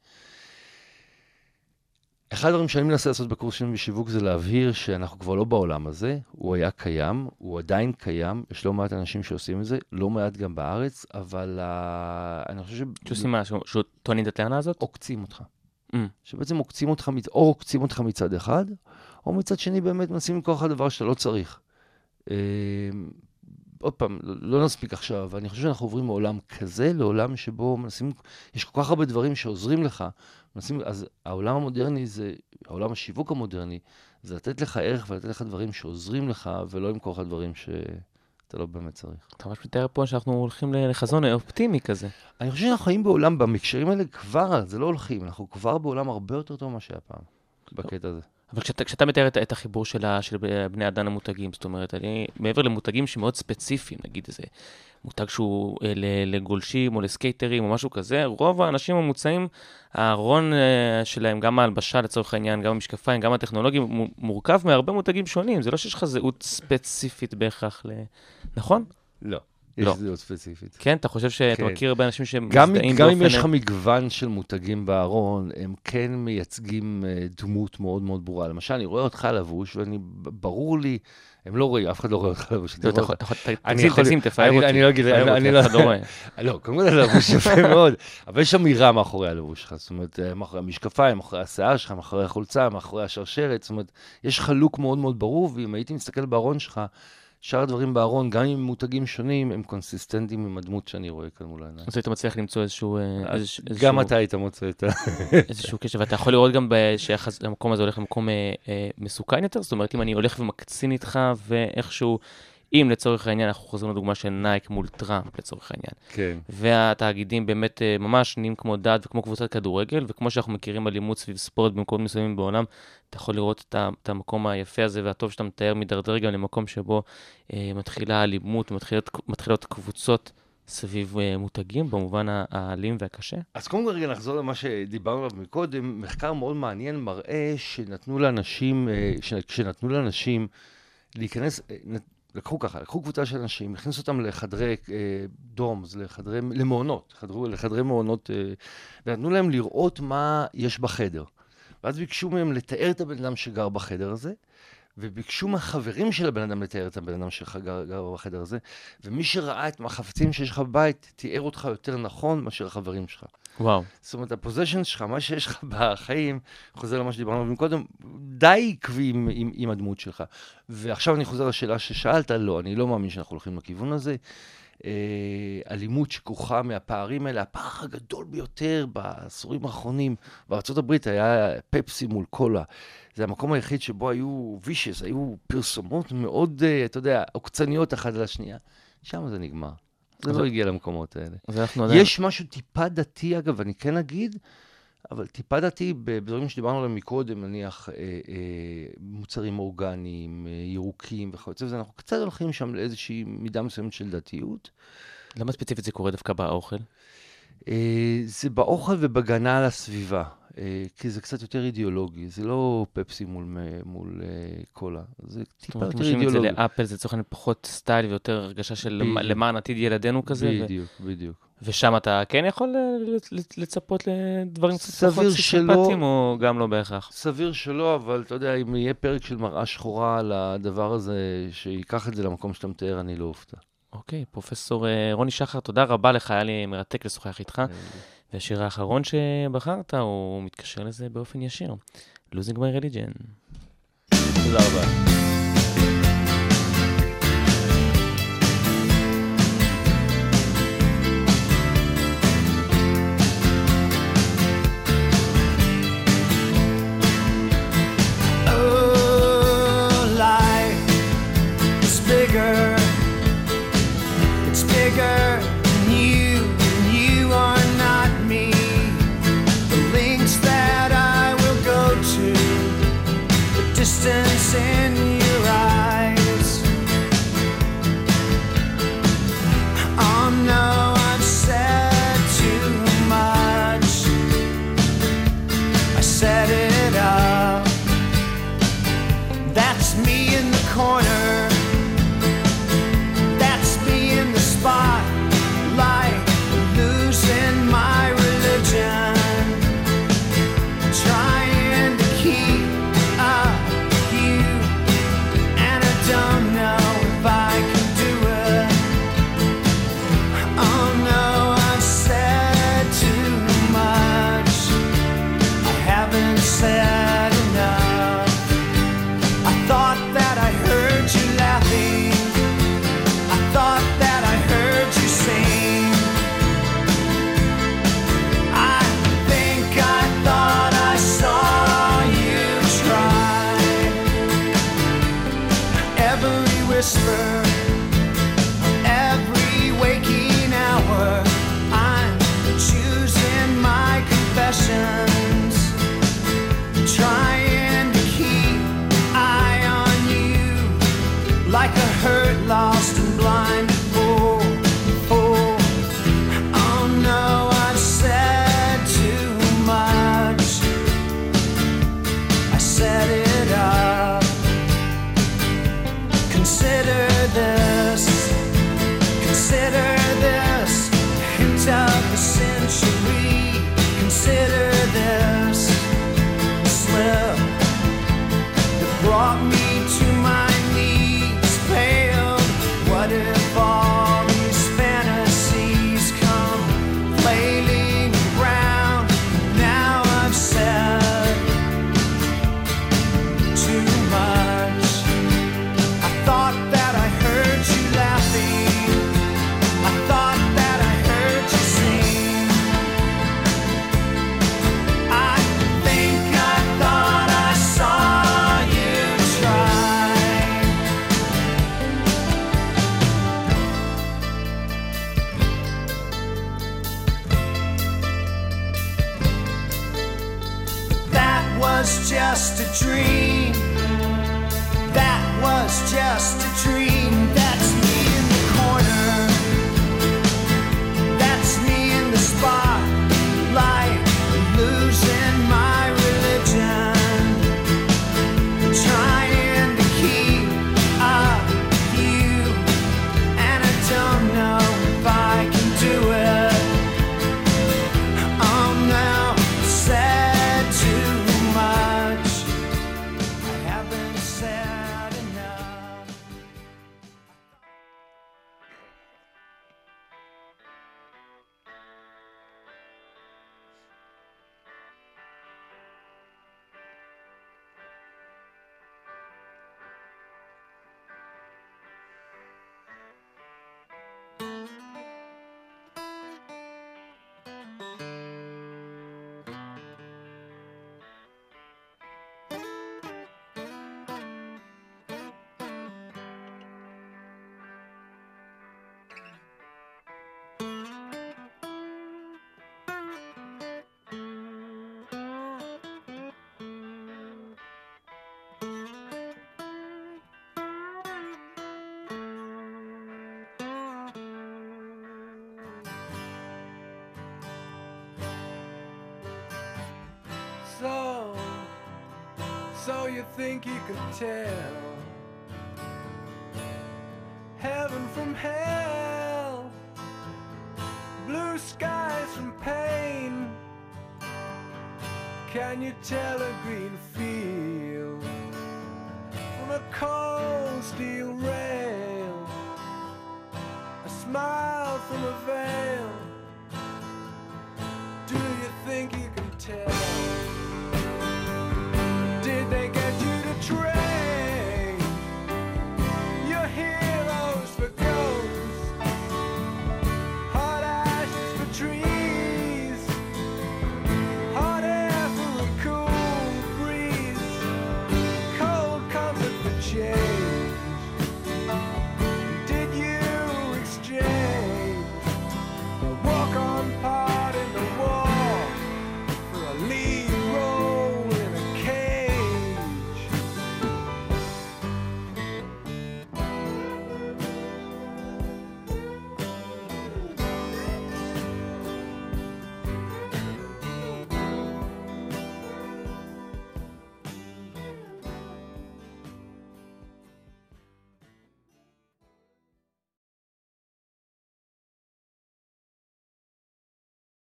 אחד הדברים שאני מנסה לעשות בקורס שלנו בשיווק זה להבהיר שאנחנו כבר לא בעולם הזה, הוא היה קיים, הוא עדיין קיים, יש לא מעט אנשים שעושים את זה, לא מעט גם בארץ, אבל uh, אני חושב ש... שעושים מה? שהוא טוענים את הטענה הזאת? עוקצים אותך. Mm. שבעצם עוקצים אותך, או עוקצים אותך מצד אחד, או מצד שני באמת מנסים למכור לך דבר שאתה לא צריך. Uh, עוד פעם, לא נספיק עכשיו, אבל אני חושב שאנחנו עוברים מעולם כזה לעולם שבו מנסים, יש כל כך הרבה דברים שעוזרים לך, מנסים, אז העולם המודרני זה, העולם השיווק המודרני, זה לתת לך ערך ולתת לך דברים שעוזרים לך, ולא למכור לך דברים שאתה לא באמת צריך. אתה ממש מתאר פה שאנחנו הולכים לחזון אופטימי כזה. אני חושב שאנחנו חיים בעולם, במקשרים האלה כבר, זה לא הולכים, אנחנו כבר בעולם הרבה יותר טוב מה שהיה פעם, בקטע הזה. אבל כשאתה, כשאתה מתאר את, את החיבור של, של בני אדם המותגים, זאת אומרת, אני, מעבר למותגים שמאוד ספציפיים, נגיד איזה מותג שהוא אה, לגולשים או לסקייטרים או משהו כזה, רוב האנשים המוצאים, הארון אה, שלהם, גם ההלבשה לצורך העניין, גם המשקפיים, גם הטכנולוגיים, מורכב מהרבה מותגים שונים, זה לא שיש לך זהות ספציפית בהכרח, ל... נכון? לא. לא. יש זהות ספציפית. כן, אתה חושב שאתה כן. מכיר הרבה אנשים שמזדהים גם, באופן... גם אם יש לך מגוון של מותגים בארון, הם כן מייצגים דמות מאוד מאוד ברורה. למשל, אני רואה אותך לבוש, ואני, ברור לי, הם לא רואים, אף אחד לא רואה אותך לבוש. תגזים, תגזים, תפאר אותי. אני לא אגיד, אני לא... לא, קודם כל הלבוש יפה מאוד, אבל יש אמירה מאחורי הלבוש שלך, זאת אומרת, מאחורי המשקפיים, מאחורי השיער שלך, מאחורי החולצה, מאחורי השרשרת, זאת אומרת, יש לך לוק מאוד מאוד ברור, ואם הייתי מסתכל בארון שלך, שאר הדברים בארון, גם עם מותגים שונים, הם קונסיסטנטים עם הדמות שאני רואה כאן מול העיניים. אז היית מצליח למצוא איזשהו... גם אתה היית מוצא את ה... איזשהו קשר, ואתה יכול לראות גם שהמקום הזה הולך למקום מסוכן יותר, זאת אומרת, אם אני הולך ומקצין איתך, ואיכשהו, אם לצורך העניין, אנחנו חוזרים לדוגמה של נייק מול טראמפ, לצורך העניין. כן. והתאגידים באמת ממש נהיים כמו דת וכמו קבוצת כדורגל, וכמו שאנחנו מכירים אלימות סביב ספורט במקומות מסוימים בעולם, אתה יכול לראות את, את המקום היפה הזה והטוב שאתה מתאר מדרדר גם למקום שבו אה, מתחילה אלימות, מתחילות, מתחילות קבוצות סביב אה, מותגים, במובן האלים והקשה. אז קודם כל רגע נחזור למה שדיברנו עליו מקודם, מחקר מאוד מעניין מראה שנתנו לאנשים, אה, שנתנו לאנשים להיכנס... אה, לקחו ככה, לקחו קבוצה של אנשים, הכניסו אותם לחדרי אה, דומס, לחדרי, למעונות, חדרו, לחדרי מעונות, אה, ונתנו להם לראות מה יש בחדר. ואז ביקשו מהם לתאר את הבן אדם שגר בחדר הזה, וביקשו מהחברים של הבן אדם לתאר את הבן אדם שגר גר בחדר הזה, ומי שראה את החפצים שיש לך בבית, תיאר אותך יותר נכון מאשר החברים שלך. וואו. זאת אומרת, הפוזיישן שלך, מה שיש לך בחיים, חוזר למה שדיברנו עליו קודם, די עקבי עם, עם, עם הדמות שלך. ועכשיו אני חוזר לשאלה ששאלת, לא, אני לא מאמין שאנחנו הולכים לכיוון הזה. אה, אלימות שכוחה מהפערים האלה, הפער הגדול ביותר בעשורים האחרונים, בארצות הברית היה פפסי מול קולה. זה המקום היחיד שבו היו וישס, היו פרסומות מאוד, אתה יודע, עוקצניות אחת על השנייה. שם זה נגמר. זה לא הגיע למקומות האלה. יש משהו טיפה דתי, אגב, אני כן אגיד, אבל טיפה דתי, בדברים שדיברנו עליהם מקודם, נניח מוצרים אורגניים, ירוקים וכיוצא, אז אנחנו קצת הולכים שם לאיזושהי מידה מסוימת של דתיות. למה ספציפית זה קורה דווקא באוכל? זה באוכל ובגנה על הסביבה, כי זה קצת יותר אידיאולוגי, זה לא פפסי מול, מול קולה, זה טיפה יותר אידיאולוגי. אם משאים את זה לאפל, זה צריך להיות פחות סטייל ויותר הרגשה של למען עתיד ילדינו כזה. בדיוק, בדיוק. ושם אתה כן יכול לצפות לדברים קצת פחות סימפטיים, או גם לא בהכרח? סביר שלא, אבל אתה יודע, אם יהיה פרק של מראה שחורה על הדבר הזה, שיקח את זה למקום שאתה מתאר, אני לא אופתע. אוקיי, פרופסור רוני שחר, תודה רבה לך, היה לי מרתק לשוחח איתך. והשיר האחרון שבחרת, הוא מתקשר לזה באופן ישיר. Losing my religion. תודה רבה. whisper every waking hour. I'm choosing my confessions, trying to keep eye on you like a hurt, lost and blind. Oh, oh, oh no, I've said too much. I set it up. Consider this, consider this, hint of the century. Consider this slip that brought me to my knees, paled. What if all these fantasies come flailing around? Now I've said too much. I thought that I heard you laughing. I thought that I heard you sing. I think I thought I saw you try. That was just a dream. That was just a dream. That's me in the corner. That's me in the spotlight, losing my religion, trying to keep up with you, and I don't know if I can do it. Oh no, said too much. I haven't said enough. So, so you think you can tell heaven from hell, blue skies from pain? Can you tell a green field from a cold steel rail, a smile from a veil?